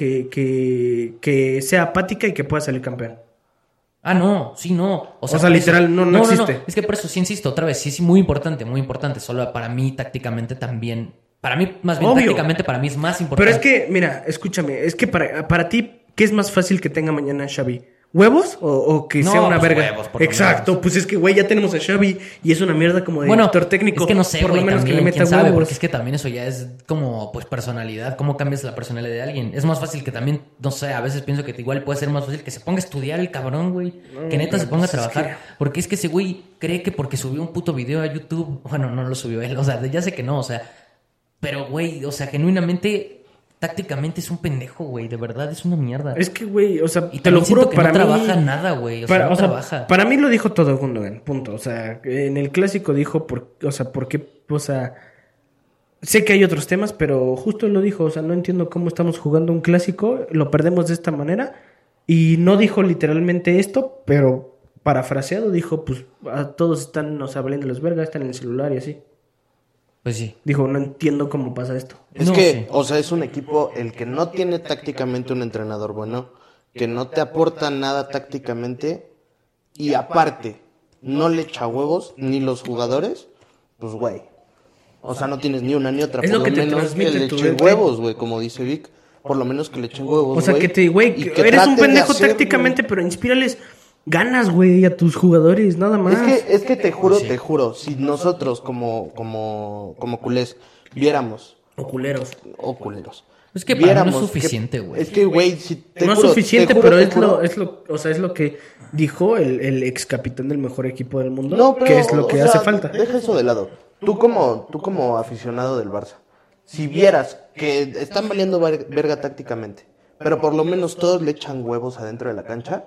que sea apática y que pueda salir campeón. Ah, no, sí, no. O sea literal, eso, no existe. No. Es que por eso sí insisto, otra vez, sí es muy importante, muy importante. Solo para mí, tácticamente también. Para mí, más bien, tácticamente, para mí es más importante. Pero es que, mira, escúchame, es que para ti, ¿qué es más fácil que tenga mañana Xavi? ¿Huevos o que sea una pues verga? Huevos, por exacto, menos. Pues es que, güey, ya tenemos a Xavi y es una mierda como de director técnico. Es que no sé, por güey, lo menos también, que le meta quién sabe, huevos. porque es que también eso ya es como, pues, personalidad. ¿Cómo cambias la personalidad de alguien? Es más fácil que también, no sé, a veces pienso que igual puede ser más fácil que se ponga a estudiar el cabrón, güey. Que neta se ponga a trabajar. Porque es que ese güey cree que porque subió un puto video a YouTube... Bueno, no lo subió él, o sea, ya sé que no, o sea... Pero, güey, o sea, genuinamente... Tácticamente es un pendejo, güey. De verdad, es una mierda. Es que, güey, o sea, y te lo juro, que para no mí... trabaja nada, güey. O sea, no trabaja. Para mí lo dijo todo Gundogan, punto. O sea, en el clásico dijo, ¿por qué? O sea, sé que hay otros temas, pero justo lo dijo. O sea, no entiendo cómo estamos jugando un clásico, lo perdemos de esta manera. Y no dijo literalmente esto, pero parafraseado dijo, pues, a todos están, o sea, valiendo los vergas, están en el celular y así. Pues sí. Dijo, no entiendo cómo pasa esto. Es No, que, sí. o sea, es un equipo el que no tiene tácticamente un entrenador bueno, que no te aporta nada tácticamente y aparte no le echa huevos ni los jugadores, pues güey. O sea, no tienes ni una ni otra. Es por lo que te menos transmite que le tu echen bebé. huevos, güey, como dice Vic. Por lo menos que le echen huevos, O sea, güey, que te, güey, y que que eres un traten de pendejo hacer, tácticamente, pero inspírales ganas, güey, a tus jugadores, nada más. Es que te juro, si nosotros como culés viéramos O culeros. o culeros. Es que para mí no es viéramos suficiente, güey. Es que, güey, si te No es juro, suficiente, te juro, pero te juro. es lo que dijo el ex capitán del mejor equipo del mundo, No, pero, que es lo que o hace sea, falta. Deja eso de lado. Tú como aficionado del Barça, si vieras que están valiendo verga tácticamente, pero por lo menos todos le echan huevos adentro de la cancha,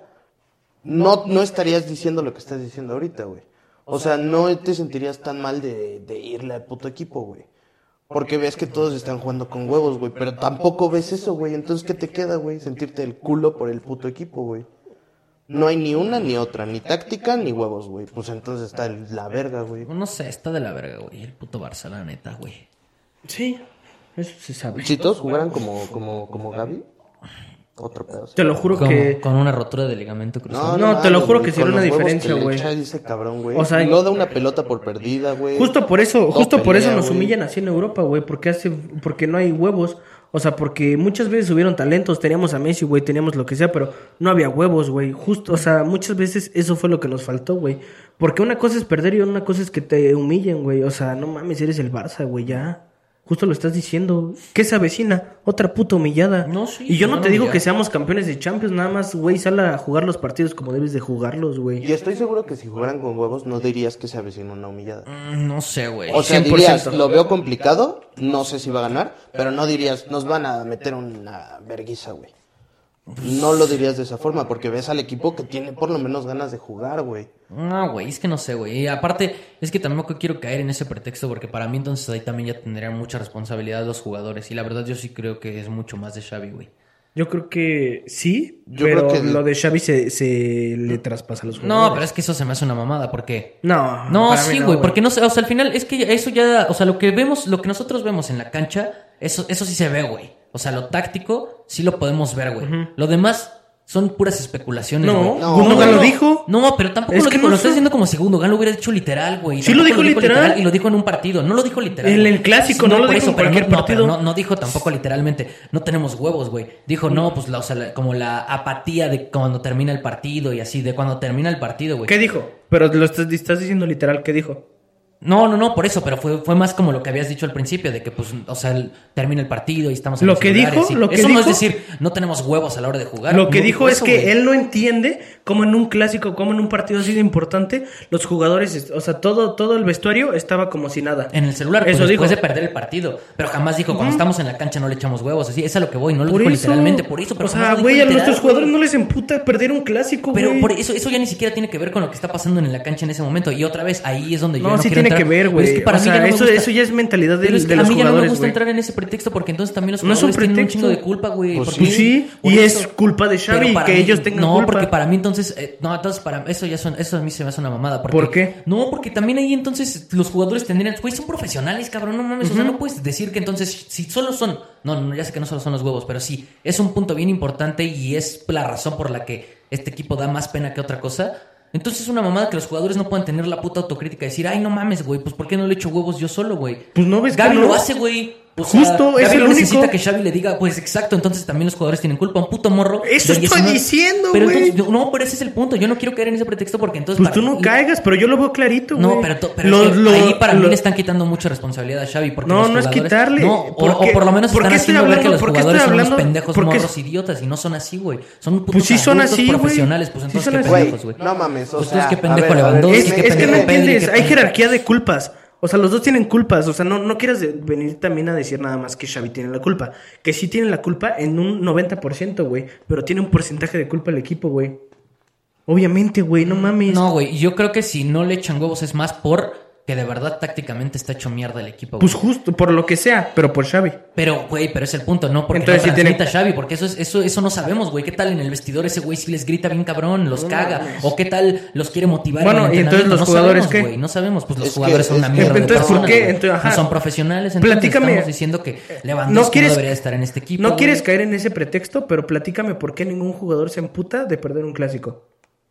no estarías diciendo lo que estás diciendo ahorita, güey. O sea, no te sentirías tan mal de irle al puto equipo, güey. Porque ves que todos están jugando con huevos, güey. Pero tampoco ves eso, güey. Entonces, ¿qué te queda, güey? Sentirte el culo por el puto equipo, güey. No hay ni una ni otra. Ni táctica ni huevos, güey. Pues entonces está la verga, güey. No sé, está de la verga, güey. El puto Barça, la neta, güey. Sí, eso se sabe. Si todos jugaran como Gaby, otro pedo. Te lo juro Con, que... con una rotura de ligamento cruzado. No, te lo mames, juro güey, que sería con una los huevos diferencia, que le güey. echa ese cabrón, güey. O sea, no da una pelota por perdida, güey. Justo por eso pelea, nos güey. humillan así en Europa, güey, porque no hay huevos. O sea, porque muchas veces hubieron talentos, teníamos a Messi, güey, teníamos lo que sea, pero no había huevos, güey. Justo, o sea, muchas veces eso fue lo que nos faltó, güey. Porque una cosa es perder y una cosa es que te humillen, güey. O sea, no mames, eres el Barça, güey, ya. Justo lo estás diciendo. ¿Qué se avecina? Otra puta humillada. No, sí, y yo no una te digo humillada. que seamos campeones de Champions, nada más, güey, sal a jugar los partidos como debes de jugarlos, güey. Y estoy seguro que si jugaran con huevos no dirías que se avecina una humillada. No sé, güey. O sea, 100%. dirías, lo veo complicado, no sé si va a ganar, pero no dirías, nos van a meter una verguiza, güey. No lo dirías de esa forma, porque ves al equipo que tiene por lo menos ganas de jugar, güey. No, güey, es que no sé, güey. Y aparte, es que tampoco quiero caer en ese pretexto porque para mí entonces ahí también ya tendrían mucha responsabilidad los jugadores. Y la verdad yo sí creo que es mucho más de Xavi, güey. Yo creo que sí, Yo pero creo que- lo de Xavi se le traspasa a los jugadores. No, pero es que eso se me hace una mamada porque... No, No, para mí sí, no, güey, porque no sé, o sea, al final es que eso ya, o sea, lo que vemos, lo que nosotros vemos en la cancha, eso sí se ve, güey. O sea, lo táctico sí lo podemos ver, güey. Lo demás son puras especulaciones, No, güey. No, Gundogan no, lo no. dijo. No, pero tampoco Es lo que dijo, no lo está son- diciendo como si Gundogan lo hubiera dicho literal, güey. Sí lo Tampoco dijo literal. y lo dijo en un partido. No lo dijo literal. En güey. el clásico, no lo por dijo en pero cualquier pero partido. no dijo tampoco literalmente. No tenemos huevos, güey. Dijo, no, pues o sea, como la apatía de cuando termina el partido y así, de cuando termina el partido, güey. ¿Qué dijo? Pero lo estás diciendo literal, ¿qué dijo? No, por eso, pero fue más como lo que habías dicho al principio, de que, pues, o sea, termina el partido y estamos en Lo los que celulares, dijo, sí. lo que eso dijo, no es decir, no tenemos huevos a la hora de jugar. Lo que No dijo dijo es eso, que güey. él no entiende cómo en un clásico, cómo en un partido así de importante, los jugadores, o sea, todo el vestuario estaba como si nada. En el celular, pues, Eso después dijo. de perder el partido. Pero jamás dijo, cuando estamos en la cancha no le echamos huevos. Así, es a lo que voy, no lo Por dijo eso, literalmente por eso. Pero o sea, jamás lo güey, dijo a nuestros literal, jugadores güey. no les emputa perder un clásico, güey. Pero por eso ya ni siquiera tiene que ver con lo que está pasando en la cancha en ese momento. Y otra vez, ahí es donde yo No, no sí quiero tiene entrar. que ver, Pero güey. es que para O mí sea, ya no me eso, gusta. eso ya es mentalidad Pero es de que a los mí ya no me jugadores, gusta güey. entrar en ese pretexto porque entonces también los No es un jugadores tienen un chingo de pretexto. culpa, güey. Pues porque- Pues sí, por y eso. es culpa de Xavi Pero para que mí- ellos tengan no, culpa. porque para mí entonces... entonces para eso eso a mí se me hace una mamada. Porque, ¿Por qué? No, porque también ahí entonces los jugadores tendrían... Güey, son profesionales, cabrón, no mames. O sea, no puedes decir que entonces si solo son... No, ya sé que no solo son los huevos, pero sí, es un punto bien importante y es la razón por la que este equipo da más pena que otra cosa. Entonces es una mamada que los jugadores no puedan tener la puta autocrítica y decir, ay, no mames, güey, pues ¿por qué no le echo huevos yo solo, güey? Pues no ves que Gaby no. lo hace, güey. O sea, Justo, es Gaby el no necesita único. que Xavi le diga, pues exacto, entonces también los jugadores tienen culpa. Un puto morro. Eso de estoy 19. diciendo, Pero güey. entonces, no, pero ese es el punto. Yo no quiero caer en ese pretexto porque entonces... Pues tú no caigas, pero yo lo veo clarito, güey. No, pero es que ahí para mí le están quitando mucha responsabilidad a Xavi. Porque No, los no es jugadores- quitarle. No, o Porque- por lo menos ¿por están qué estoy haciendo ver que hablando? los ¿Por qué jugadores estoy son unos hablando? pendejos Porque- morros idiotas y no son así, güey. Son putos Pues sí son adultos así, güey. profesionales. Pues Sí entonces son qué así. pendejos, güey. No mames, o Pues sea, entonces qué a pendejo ver, Lewandowski, Es, qué es que pendejo no Pedri, entiendes, qué hay pendejo- jerarquía de culpas. O sea, los dos tienen culpas. O sea, no quieras venir también a decir nada más que Xavi tiene la culpa. Que sí tiene la culpa en un 90%, güey. Pero tiene un porcentaje de culpa el equipo, güey. Obviamente, güey, no mames. No, güey, yo creo que si no le echan huevos es más por que de verdad tácticamente está hecho mierda el equipo, güey. Pues justo, por lo que sea, pero por Xavi. Pero, güey, pero es el punto, no porque Entonces, no sí tiene- transmita Xavi, porque eso no sabemos, güey. ¿Qué tal en el vestidor ese güey si les grita bien cabrón, los caga? ¿O qué tal los quiere motivar? Bueno, en el y entonces entrenamiento? los No jugadores, sabemos, ¿qué? güey, no sabemos, pues los Es jugadores que- son una es que- mierda de entonces, ¿por personas, qué? güey. Entonces, ajá. No son profesionales, entonces Platícame. estamos diciendo que Lewandowski no debería estar en este equipo. No güey. quieres caer en ese pretexto, pero platícame por qué ningún jugador se emputa de perder un clásico.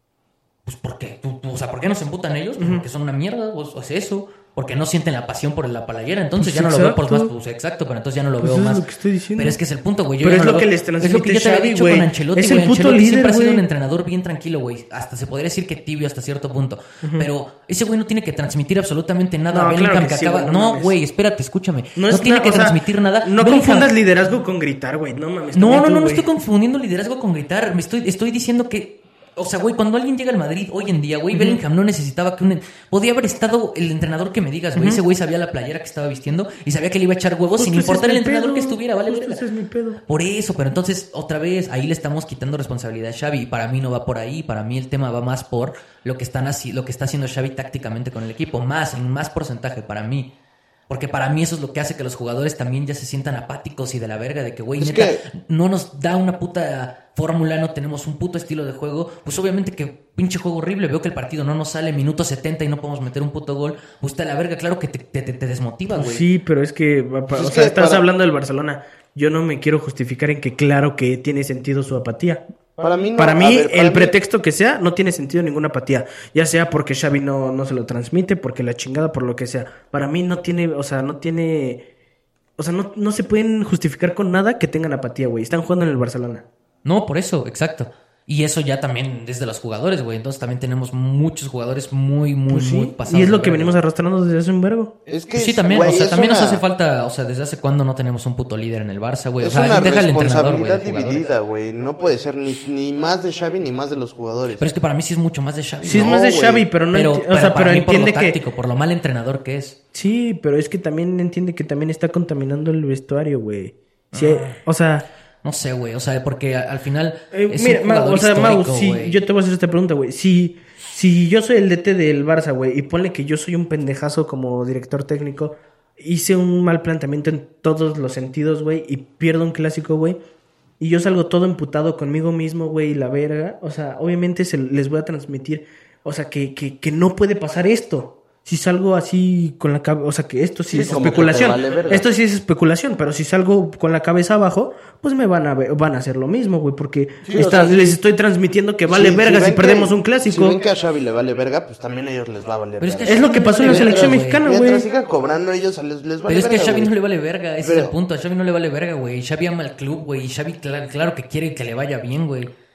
Pues ¿por qué? O sea, ¿por qué no se emputan ellos? Pues porque son una mierda, o sea, eso. Porque no sienten la pasión por la playera. Entonces Pues ya no lo veo por exacto. más. Pues exacto, pero entonces ya no lo Pues veo eso es más. lo que estoy diciendo. Pero es que es el punto, güey. Yo Pero ya es no lo que veo. les Es lo que transmite yo te había Xavi, dicho güey. con Ancelotti, Es el güey. puto Ancelotti líder, siempre ha sido güey. un entrenador bien tranquilo, güey. Hasta se podría decir que tibio hasta cierto punto. Pero ese güey no tiene que transmitir absolutamente nada. No, a Bellingham claro que que sí, acaba. güey, no No, mames. güey, espérate, escúchame. No, es tiene na- que o sea, transmitir nada. No Bellingham- confundas liderazgo con gritar, güey. No mames. No, también tú, no güey. estoy confundiendo liderazgo con gritar. Estoy diciendo que. O sea, güey, cuando alguien llega al Madrid hoy en día, güey, Bellingham no necesitaba que podía haber estado el entrenador que me digas, güey. Ese güey sabía la playera que estaba vistiendo y sabía que le iba a echar huevos sin Justo ese importar es el mi entrenador pedo. que estuviera, ¿vale? Justo verga. ese es mi pedo. Por eso, pero entonces, otra vez, ahí le estamos quitando responsabilidad a Xavi. Y para mí no va por ahí. Para mí el tema va más por lo que está haciendo Xavi tácticamente con el equipo. En más porcentaje, para mí. Porque para mí eso es lo que hace que los jugadores también ya se sientan apáticos y de la verga. De que, güey, Es neta, que- no nos da una puta fórmula, no tenemos un puto estilo de juego. Pues obviamente que pinche juego horrible. Veo que el partido no nos sale minuto 70 y no podemos meter un puto gol. Pues está la verga, claro que te desmotiva, güey. Sí, pero es que, Pues o es sea, que estás para- hablando del Barcelona. Yo no me quiero justificar en que claro que tiene sentido su apatía. Para mí, no, Para mí, a ver, para el mí- pretexto que sea, no tiene sentido ninguna apatía. Ya sea porque Xavi no se lo transmite, porque la chingada, por lo que sea. Para mí no tiene, o sea, no tiene... O sea, no se pueden justificar con nada que tengan apatía, güey. Están jugando en el Barcelona. No, por eso, exacto. Y eso ya también desde los jugadores, güey. Entonces también tenemos muchos jugadores muy Pues sí, muy pasados. y es lo de que verga. venimos arrastrando desde hace un vergo. Es que Pues sí, es- también, güey, o sea, es también nos una- hace falta, o sea, desde hace cuándo no tenemos un puto líder en el Barça, güey. O Es sea, una deja el entrenador, güey. responsabilidad de jugadores. dividida, güey. No puede ser ni más de Xavi ni más de los jugadores. Pero es que para mí sí es mucho más de Xavi. Sí, ¿no? es más de güey. Xavi, pero no pero, enti- pero o sea, para pero mí por lo entiende que... táctico, por lo mal entrenador que es. Sí, pero es que también entiende que también está contaminando el vestuario, güey. Sí, o sea... No sé, güey, o sea, porque al final es mira, un jugador o sea, Mau, histórico, si güey. yo te voy a hacer esta pregunta, güey. Si yo soy el DT del Barça, güey, y ponle que yo soy un pendejazo como director técnico, hice un mal planteamiento en todos los sentidos, güey, y pierdo un clásico, güey, y yo salgo todo emputado conmigo mismo, güey, y la verga, o sea, obviamente les voy a transmitir, o sea, que no puede pasar esto. Si salgo así con la cabeza, o sea, que esto sí, Sí, es como que especulación. te vale verga. Esto sí es especulación, pero si salgo con la cabeza abajo, pues me van a hacer lo mismo, güey, porque Sí, o sea, les estoy transmitiendo que vale Sí, verga si ven perdemos que- un clásico. Si ven que a Xavi le vale verga, pues también a ellos les va a valer Pero es que verga. Es lo que pasó en la Vale selección verga, mexicana, Mientras güey. sigan cobrando ellos les vale Pero es que a verga, Xavi güey. no le vale verga, ese Pero- es el punto. A Xavi no le vale verga, güey. Xavi ama al club, güey. Y Xavi, claro que quiere que le vaya bien, güey.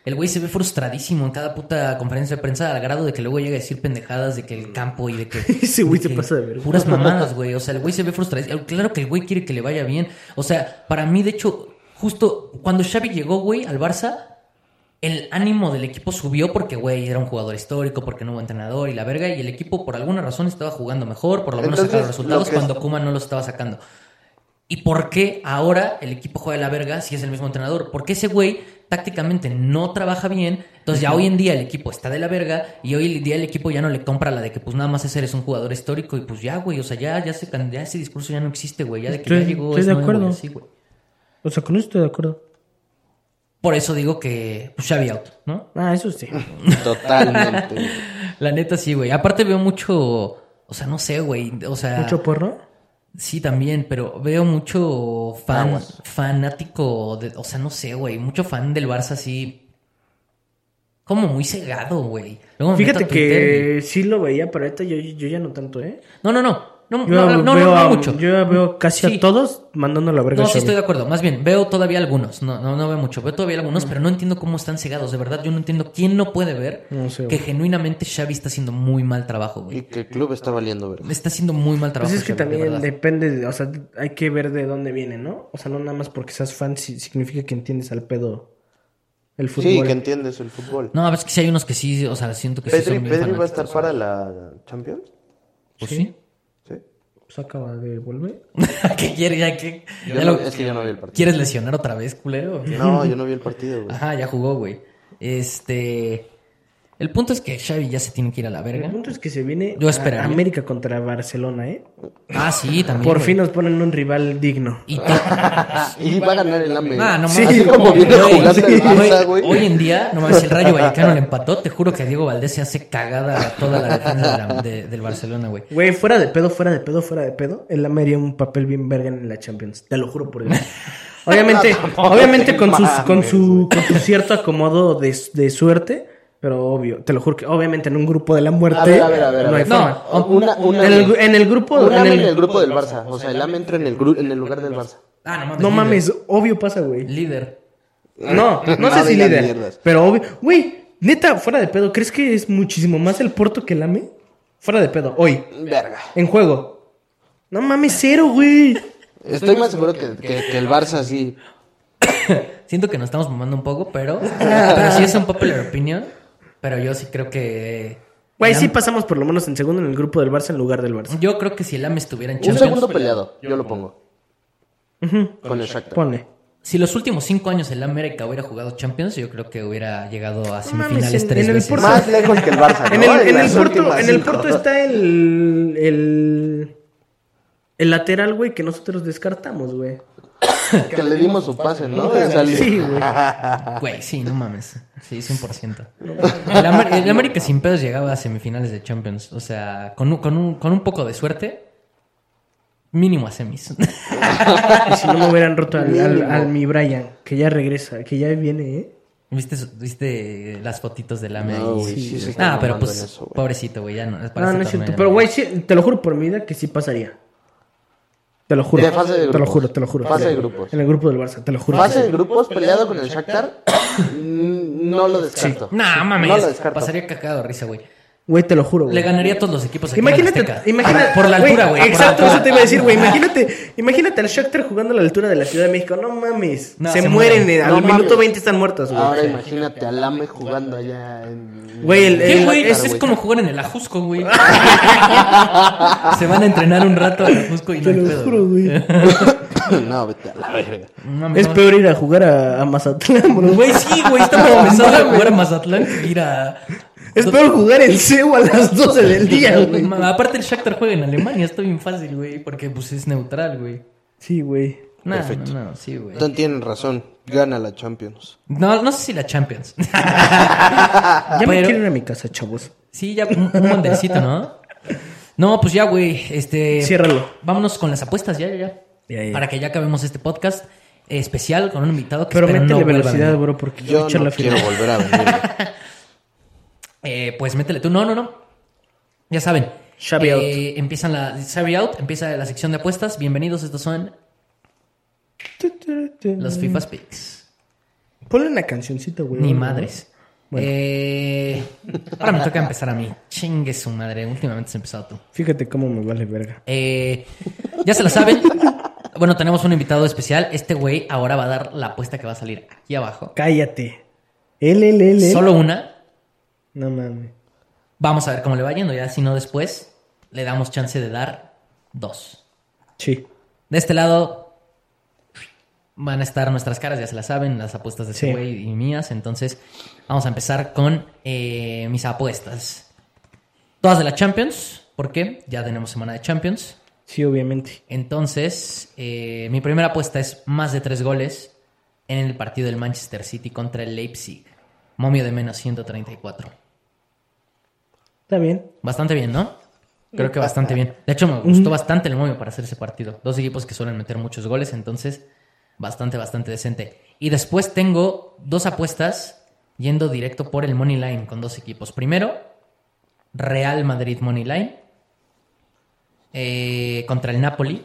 El güey se ve frustradísimo en cada puta conferencia de prensa al grado de que luego llega a decir pendejadas de que el campo y de que... Ese güey de se que pasa de verga. puras mamadas, güey. O sea, el güey se ve frustradísimo. Claro que el güey quiere que le vaya bien. O sea, para mí, de hecho, justo cuando Xavi llegó, güey, al Barça, el ánimo del equipo subió porque, güey, era un jugador histórico, porque no hubo entrenador y la verga. Y el equipo, por alguna razón, estaba jugando mejor, por lo menos Entonces, sacaba resultados lo que cuando Koeman no los estaba sacando. ¿Y por qué ahora el equipo juega de la verga si es el mismo entrenador? Porque ese güey tácticamente no trabaja bien. Entonces ya hoy en día el equipo está de la verga y hoy en día el equipo ya no le compra la de que pues nada más ese eres un jugador histórico y pues ya, güey. O sea, ya ese discurso ya no existe, güey. Ya de que ya llegó Estoy es de nuevo acuerdo. y así, güey. O sea, con eso estoy de acuerdo. Por eso digo que pues Xavi out, ¿no? Ah, eso sí. Totalmente. La neta sí, güey. Aparte veo mucho... O sea, no sé, güey. O sea... ¿Mucho porro? Sí, también, pero veo mucho Aguas. fanático, o sea, no sé, güey, mucho fan del Barça así, como muy cegado, güey. Luego me Fíjate meto a Twitter que sí lo veía, pero ahorita yo ya no tanto, ¿eh? No Yo no mucho. Yo veo casi Sí. a todos mandando la verga. No, a sí Xavi. estoy de acuerdo. Más bien, veo todavía algunos. No veo mucho. Veo todavía algunos, pero no entiendo cómo están cegados. De verdad, yo no entiendo quién no puede ver No sé, que güey. genuinamente Xavi está haciendo muy mal trabajo, Y güey. que el club está valiendo verga. Está haciendo muy mal trabajo. Pues es que Xavi, de también verdad. depende, o sea, hay que ver de dónde viene, ¿no? O sea, no nada más porque seas fan significa que entiendes al pedo el fútbol. Sí, que entiendes el fútbol. No, es que sí hay unos que sí, o sea, siento que sí Pedri, son bien ¿Pedri va a estar fanáticos. para la Champions? Pues sí. Sí. Pues acaba de volver. ¿Qué quieres? ¿Ya qué? Yo ¿Ya no- lo- es que yo no vi el partido. ¿Quieres lesionar otra vez, culero? No, yo no vi el partido, güey. Ajá, ya jugó, güey. El punto es que Xavi ya se tiene que ir a la El verga. punto es que se viene Yo esperaría. América contra Barcelona, ¿eh? Ah, sí, también. Por güey. fin nos ponen un rival digno. Y Y va a ganar el AME. Ah, no Sí, mames. Así como viene Güey, jugando el Barça, güey. Hoy en día, no mames, el Rayo Vallecano le empató. Te juro que Diego Valdés se hace cagada a toda la defensa del Barcelona, güey. Güey, fuera de pedo, el AME haría un papel bien verga en la Champions. Te lo juro por Dios. Obviamente con su cierto acomodo de suerte, pero obvio, te lo juro que obviamente en un grupo de la muerte A ver. no hay No, forma. En el grupo Un AME en en el grupo del Barça. O sea, el AME entra en el lugar del Barça. Ah, no mames. no líder. mames, obvio pasa, güey. Líder. No sé No si digas líder, mierdas. pero obvio, güey, neta, fuera de pedo, ¿crees que es muchísimo más el Porto que el AME? Fuera de pedo, hoy, Verga. en juego. No mames, cero, güey. Estoy más seguro que el Barça sí. Siento que nos estamos mamando un poco, pero sí es un popular opinion. Pero yo sí creo que... Güey, el sí Am- pasamos por lo menos en segundo en el grupo del Barça en lugar del Barça. Yo creo que si el AME estuviera en Un Champions... segundo peleado. Yo lo pongo. Con el Shakhtar. Ponle. Si los últimos 5 años el América hubiera jugado Champions, yo creo que hubiera llegado a mames, semifinales en 3 el veces. Porto- Más lejos que el Barça, ¿no? En las últimas el cinco. Porto está el lateral, güey, que nosotros descartamos, güey. Que le dimos su pase, ¿no? De salir. Sí, güey. Güey, sí, no mames. Sí, 100%. El América sin pedos llegaba a semifinales de Champions. O sea, con un poco de suerte, mínimo a semis. Y si no me hubieran roto al mi Brian, que ya regresa, que ya viene, ¿eh? ¿Viste las fotitos del AME? No, ahí? güey, sí se está Ah, pero mamando pues, en eso, güey. pobrecito, güey, ya no. para No, este no es torneo cierto. ya Pero, no. güey, sí, te lo juro por mi vida que sí pasaría. Te lo juro. De fase de Te lo grupos. juro. Fase de grupos. En el grupo del Barça, te lo juro. Fase de grupos peleado con el Shakhtar. No lo descarto. Nah, mames. No lo descarto. Pasaría cagado de risa, güey. Güey, te lo juro, güey. Le ganaría a todos los equipos aquí en el Imagínate, Azteca. Por la altura, güey. por la Exacto, altura. eso te iba a decir, güey. Imagínate al Shakhtar jugando a la altura de la Ciudad de México. No mames. No, se se mueren. mueren. Al No minuto mames. 20 están muertos, güey. Ahora imagínate al AME jugando allá en... Güey, ¿Qué, güey? Shakhtar, Es güey. como jugar en el Ajusco, güey. Se van a entrenar un rato al Ajusco y no Te hay lo pedo. juro, güey. No, vete a la verga. No mames, Es no. peor ir a jugar a Mazatlán, bro. Güey, sí, güey. Estamos empezando a jugar a Mazatlán que ir a... Es peor jugar el CEU a las 12 del día, güey. Aparte el Shakhtar juega en Alemania. Está bien fácil, güey. Porque pues es neutral, güey. Sí, güey. Perfecto. No, sí, güey. Entonces tienen razón. Gana la Champions. No sé si la Champions. Ya me Pero- quiero ir a mi casa, chavos. Sí, ya un mondercito, ¿no? No, pues ya, güey. Ciérralo. Vámonos con las apuestas, ya. Ya. Para que ya acabemos este podcast especial con un invitado que Pero espero métele no vuelva a velocidad, venir. bro, porque Yo echar no la quiero final. volver a venir. Pues métele tú. No. Ya saben. Xavi out. Xavi out. Empieza la sección de apuestas. Bienvenidos, estos son los FIFA Picks. Ponle una cancioncita, güey. Ni ¿no? madres. Bueno. Ahora me toca empezar a mí. Chingue su madre. Últimamente has empezado tú. Fíjate cómo me vale verga. Ya se la saben. Bueno, tenemos un invitado especial. Este güey ahora va a dar la apuesta que va a salir aquí abajo. Cállate. Él. Solo una. No mames. Vamos a ver cómo le va yendo. Ya si no, después le damos chance de dar 2. Sí. De este lado van a estar nuestras caras, ya se las saben, las apuestas de ese Sí. güey y mías. Entonces, vamos a empezar con mis apuestas. Todas de la Champions. ¿Por qué? Ya tenemos semana de Champions. Sí, obviamente. Entonces, mi primera apuesta es más de 3 goles en el partido del Manchester City contra el Leipzig. Momio de menos 134. Está bien. Bastante bien, ¿no? Creo que bastante bien. De hecho, me gustó bastante el momio para hacer ese partido. 2 equipos que suelen meter muchos goles, entonces bastante decente. Y después tengo 2 apuestas yendo directo por el Money Line con 2 equipos. Primero, Real Madrid Money Line contra el Napoli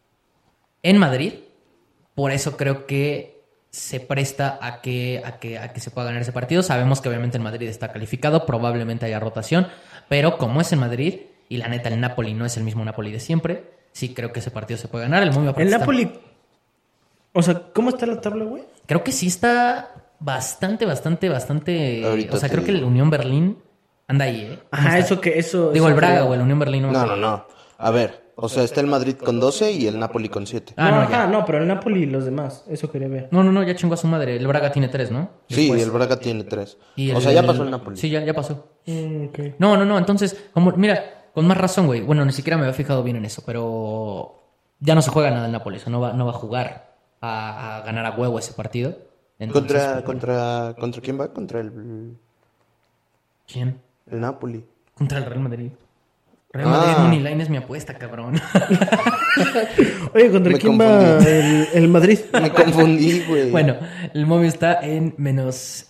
en Madrid. Por eso creo que se presta a que se pueda ganar ese partido. Sabemos que obviamente el Madrid está calificado, probablemente haya rotación, pero como es en Madrid y la neta el Napoli no es el mismo Napoli de siempre, sí creo que ese partido se puede ganar. El momio El Napoli... O sea, ¿cómo está la tabla, güey? creo que sí está bastante. Ahorita O sea, te creo que el digo. Unión Berlín anda ahí, ¿eh? Ajá, Está. eso... Digo, el eso Braga creo. o el Unión Berlín. No. A ver, o sea, está el Madrid con 12 y el Napoli con 7. Ah, no, ya. No, pero el Napoli y los demás. Eso quería ver. No, ya chingó a su madre. El Braga tiene 3, ¿no? Sí, Después. el Braga tiene 3. Y O sea, ya pasó el Napoli. Sí, ya pasó. Ok. No, entonces, como, mira, con más razón, güey. Bueno, ni siquiera me había fijado bien en eso, pero ya no se juega nada el Nápoles, o no va a jugar a ganar a huevo ese partido. Entonces, ¿Contra quién va? Contra el ¿quién? Napoli. Contra el Real Madrid. Real Madrid Money Line es mi apuesta, cabrón. Oye, ¿contra Me quién va el Madrid? Me confundí, güey. Bueno, el momio está en menos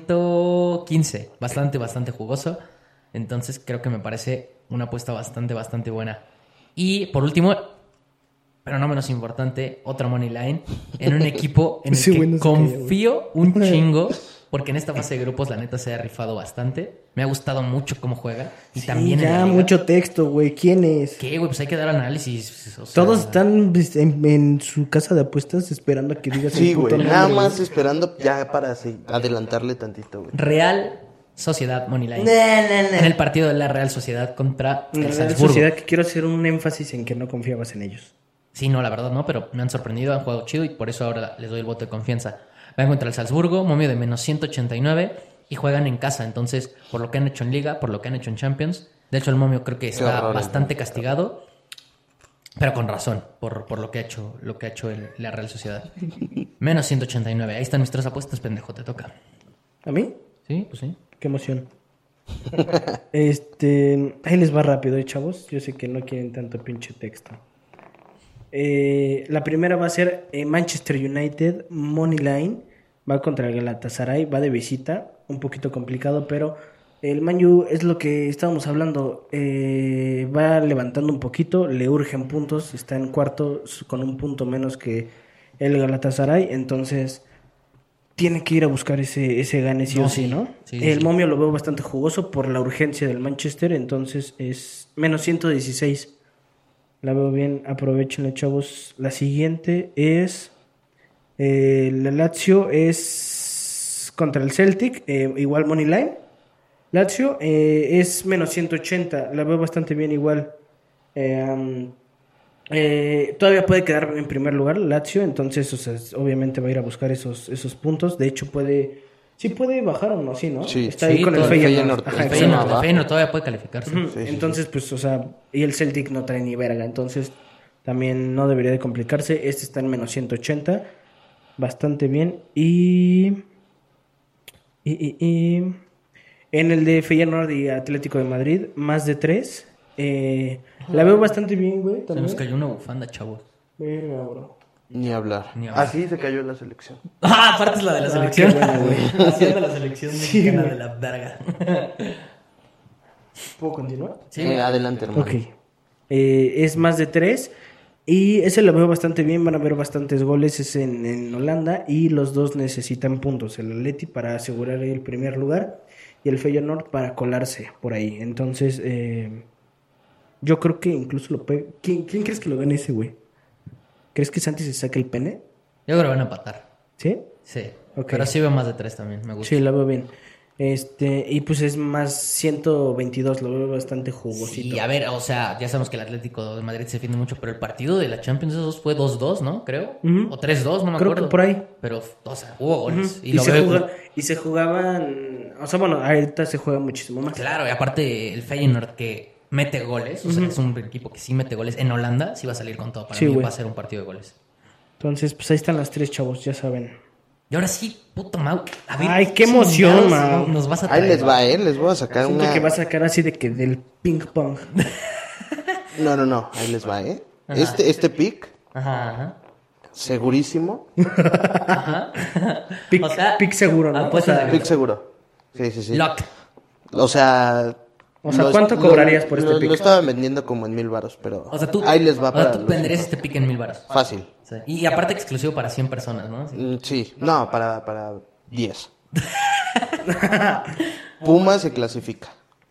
115. Bastante jugoso. Entonces creo que me parece una apuesta bastante buena. Y por último, pero no menos importante, otro money line en un equipo en el Sí, que güey, no se calla, güey. confío un chingo, porque en esta fase de grupos la neta se ha rifado bastante. Me ha gustado mucho cómo juega. Y Sí, también en la ya, liga. mucho texto, güey. ¿Quién es? ¿Qué, güey? Pues hay que dar análisis. O sea, Todos están en su casa de apuestas esperando a que digas Sí, el puto güey. nombre, Nada güey. más esperando ya para adelantarle tantito, güey. Real Sociedad Moneyline. En el partido de la Real Sociedad contra La el Real Salzburgo. Sociedad, que quiero hacer un énfasis en que no confiabas en ellos. Sí, no, la verdad no, pero me han sorprendido, han jugado chido y por eso ahora les doy el voto de confianza. Van contra el Salzburgo, momio de menos 189 y juegan en casa. Entonces, por lo que han hecho en Liga, por lo que han hecho en Champions, de hecho el momio creo que está horror, bastante castigado, pero con razón, por lo que ha hecho la Real Sociedad. Menos 189. Ahí están mis 3 apuestas, pendejo, te toca. ¿A mí? Sí, pues sí. Qué emoción. Ahí les va rápido, chavos. Yo sé que no quieren tanto pinche texto. La primera va a ser Manchester United Money Line. Va contra el Galatasaray, va de visita. Un poquito complicado, pero el Man U es lo que estábamos hablando. Va levantando un poquito, le urgen puntos. Está en cuarto con un punto menos que el Galatasaray. Entonces tiene que ir a buscar ese gane sí No, o sí, sí. ¿no? Sí, El sí. momio lo veo bastante jugoso por la urgencia del Manchester. Entonces es menos 116. La veo bien, aprovechenle, chavos. La siguiente es la Lazio es contra el Celtic, igual money line. Lazio es menos 180, la veo bastante bien igual. Todavía puede quedar en primer lugar Lazio, entonces, o sea, obviamente va a ir a buscar esos puntos. De hecho puede bajar o no, sí, ¿no? Sí, está sí, ahí con el todo- Feyenoord. Feyenoord. Ajá, El exacto. Feyenoord. El abajo. Feyenoord todavía puede calificarse. Ujú. Sí, sí, Entonces, pues, o sea, y el Celtic no trae ni verga, entonces también no debería de complicarse. Este está en menos 180, bastante bien. Y en el de Feyenoord y Atlético de Madrid, más de 3. La veo bastante bien, güey. Se También. nos cayó una bufanda, chavos. Verga, bro. Ni hablar. Ni hablar. Así se cayó la selección. Ah, aparte es la de la selección. qué buena, güey. Haciendo la selección Sí, mexicana güey. de la verga. ¿Puedo continuar? Sí, Adelante, hermano. Ok. Es más de 3. Y ese lo veo bastante bien, van a haber bastantes goles, es en Holanda y los dos necesitan puntos, el Atleti para asegurar ahí el primer lugar y el Feyenoord para colarse por ahí. Entonces, yo creo que incluso lo puede... ¿Quién crees que lo gane ese, güey? ¿Crees que Santi se saque el pene? Yo creo que van a empatar. ¿Sí? Sí. Ok. Pero sí veo más de 3 también, me gusta. Sí, lo veo bien. Y pues es más 122, lo veo bastante jugosito. Y a ver, o sea, ya sabemos que el Atlético de Madrid se defiende mucho, pero el partido de la Champions esos fue 2-2, ¿no? Creo. Ujú. O 3-2, no me Creo acuerdo. que por ahí. Pero, o sea, hubo goles. Ujú. Y lo veo... Y se jugaban, o sea, bueno, ahorita se juega muchísimo más. Claro, y aparte el Feyenoord que mete goles, o sea, es un equipo que sí mete goles. En Holanda sí va a salir con todo. Para Sí, mí güey. va a ser un partido de goles. Entonces, pues ahí están las tres, chavos, ya saben. Y ahora sí, puto Mau. A ver, Ay, qué emoción, chingados Mau. Nos vas a Ahí traer. les va, les voy a sacar Siento una... que va a sacar así de que del ping pong. No, ahí les va, Este pick, Ajá. segurísimo. Pick, O sea, pick seguro, ¿no? apuestas de Pick seguro. Sí. Lock. O sea... ¿cuánto cobrarías por este pick? Lo estaban vendiendo como en 1,000 varos, pero O sea, tú, ahí les va o sea, para tú los- venderías este pick en 1,000 varos. Fácil. Sí. Y aparte exclusivo para 100 personas, ¿no? Sí. Sí, no, para 10. Puma se clasifica.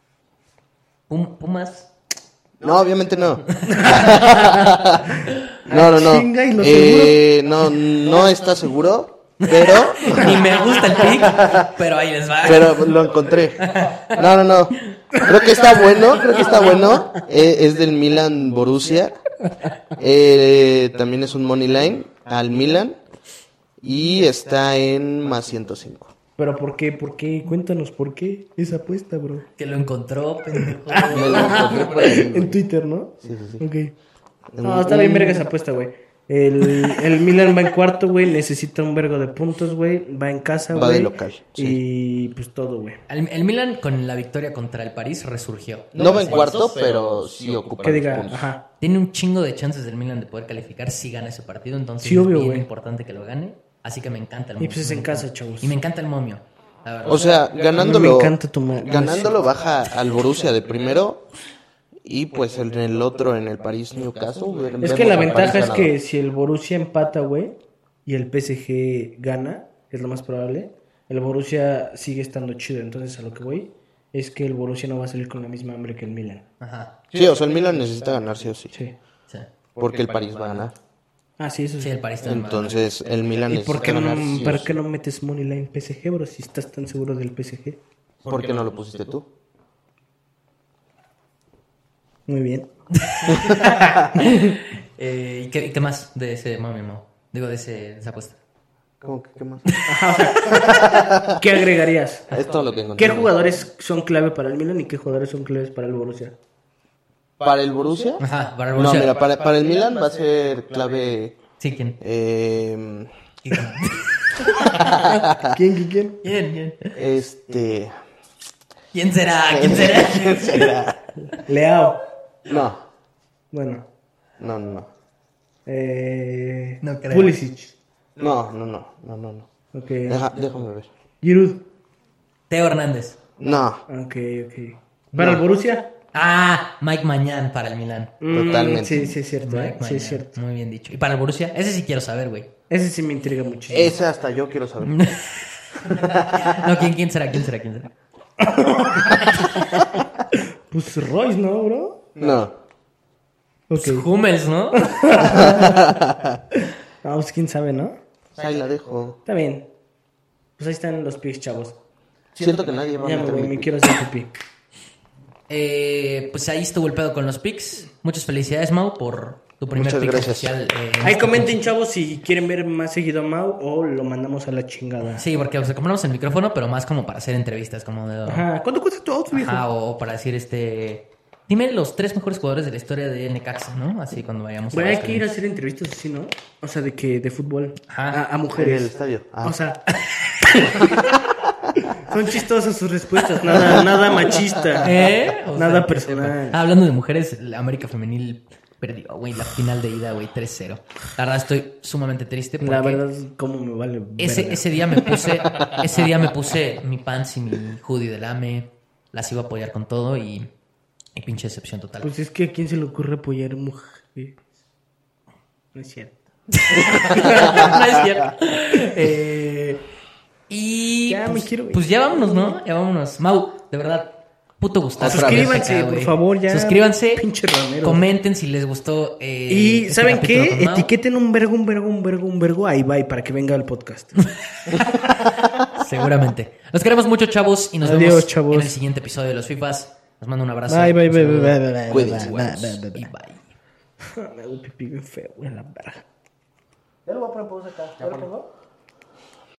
Pumas. No, obviamente no. No. Chinga, ¿y lo seguro? No está seguro, pero Ni me gusta el pick, pero ahí les va. pero lo encontré. No. Creo que está bueno. Es del Milan Borussia. También es un money line al Milan y está en más 105. ¿Pero por qué? Cuéntanos, ¿por qué esa apuesta, bro? Que lo encontró, pendejo. Me lo encontré por ahí. En Twitter, ¿no? Sí. Ok. No, está bien verga esa apuesta, güey. El Milan va en cuarto, güey. Necesita un vergo de puntos, güey. Va en casa, güey. Va de local, Y pues todo, güey. El Milan con la victoria contra el París resurgió. No va en cuarto, pero sí ocupa Que los diga, puntos. ajá. Tiene un chingo de chances del Milan de poder calificar si gana ese partido, entonces Sí, obvio, es bien güey. importante que lo gane. Así que me encanta el Y momio. pues es me en encanta. casa, chavos. Y me encanta el momio. La verdad. O sea, ganándolo, Me encanta tu ganándolo baja al Borussia de primero y pues en el otro, en el París Newcastle. Es que la ventaja es que si el Borussia empata, güey, y el PSG gana, es lo más probable, el Borussia sigue estando chido. Entonces, a lo que voy es que el Borussia no va a salir con la misma hambre que el Milan. Ajá. Sí, o sea, el Milan necesita ganar sí o sí, Sí. Sí. porque el París va a ganar. Ah, sí, eso sí. Sí, el París también. Entonces, el Milan ¿Y necesita por qué no, ganar sí o ¿para sí. qué no metes Moneyline PSG, bro? Si estás tan seguro del PSG. ¿Por qué no lo pusiste tú? Muy bien. ¿Y qué más de ese mami, Mau? Digo, de esa apuesta. ¿Cómo que qué más? ¿Qué agregarías? Es todo lo que encontré. ¿Qué jugadores son clave para el Milan y qué jugadores son claves para el Borussia? ¿Para el Borussia? Ajá, para el No, Borussia. mira, para el Milan va a ser clave... Sí, ¿quién? ¿Quién? ¿Quién? ¿Quién será? ¿Quién será? Leao. No, Bueno. no. No creo. Pulisic. No. Ok. Déjame ver. Giroud. Teo Hernández. No, Ok. ¿Para el Borussia? Ah, Mike Mañán para el Milan. Totalmente. Sí, es cierto. Mike Sí, Mañán. es cierto. Muy bien dicho. ¿Y para el Borussia? Ese sí quiero saber, güey. Ese sí me intriga muchísimo. ese hasta yo quiero saber. No, ¿quién será? Pues Royce, ¿no, bro? No. Ok. Hummels, ¿no? No, pues quién sabe, ¿no? Ahí la dejo. Está bien. Pues ahí están los picks, chavos. Siento que nadie va a Ya, meter güey, mi me pick. quiero hacer pipí. Pues ahí estuvo el pedo con los picks. Muchas felicidades, Mau, por tu primer Muchas pick gracias. oficial. Ahí comenten, chavos, si quieren ver más seguido a Mau o lo mandamos a la chingada. Sí, porque o sea, compramos el micrófono, pero más como para hacer entrevistas, como de... Ajá. ¿Cuánto cuesta tu auto, viejo? Ajá, o para decir dime los 3 mejores jugadores de la historia de Necaxa, ¿no? Así cuando vayamos Bueno, hay que ir a Aguascalientes. hacer entrevistas así, ¿no? O sea, de fútbol. Ajá. A En mujeres. el estadio. Ah. O sea... Son chistosas sus respuestas, nada machista. O Nada sea, personal. Hablando de mujeres, la América Femenil perdió, güey, la final de ida, güey, 3-0. La verdad estoy sumamente triste porque La verdad, cómo me vale. verga. ese día me puse mi pants y mi hoodie del AME, las iba a apoyar con todo y pinche decepción total. Pues es que a quién se le ocurre apoyar mujeres. No es cierto. No es cierto. Y Ya, me pues, quiero ir. pues ya vámonos, ¿no? Ya vámonos. Mau, de verdad, puto gustazo. Otra vez. Suscríbanse, Acá, por güey. favor, ya. Suscríbanse. Pinche ramero. Comenten si les gustó. Y este ¿saben capítulo qué? con Mau. Etiqueten un vergo a Ibai para que venga al podcast. Seguramente. Los queremos mucho, chavos. Y nos Adiós, vemos chavos. en el siguiente episodio de Los FIFAs. Les mando un abrazo. Bye, bye, un bye, saludo. bye, bye, bye, Cuídense. bye, Huevos. bye, bye, bye. Y bye. Me hago pipí bien feo, güey, en la verga. ¿Ya lo voy a poner pausa acá? ¿Ya lo pongo?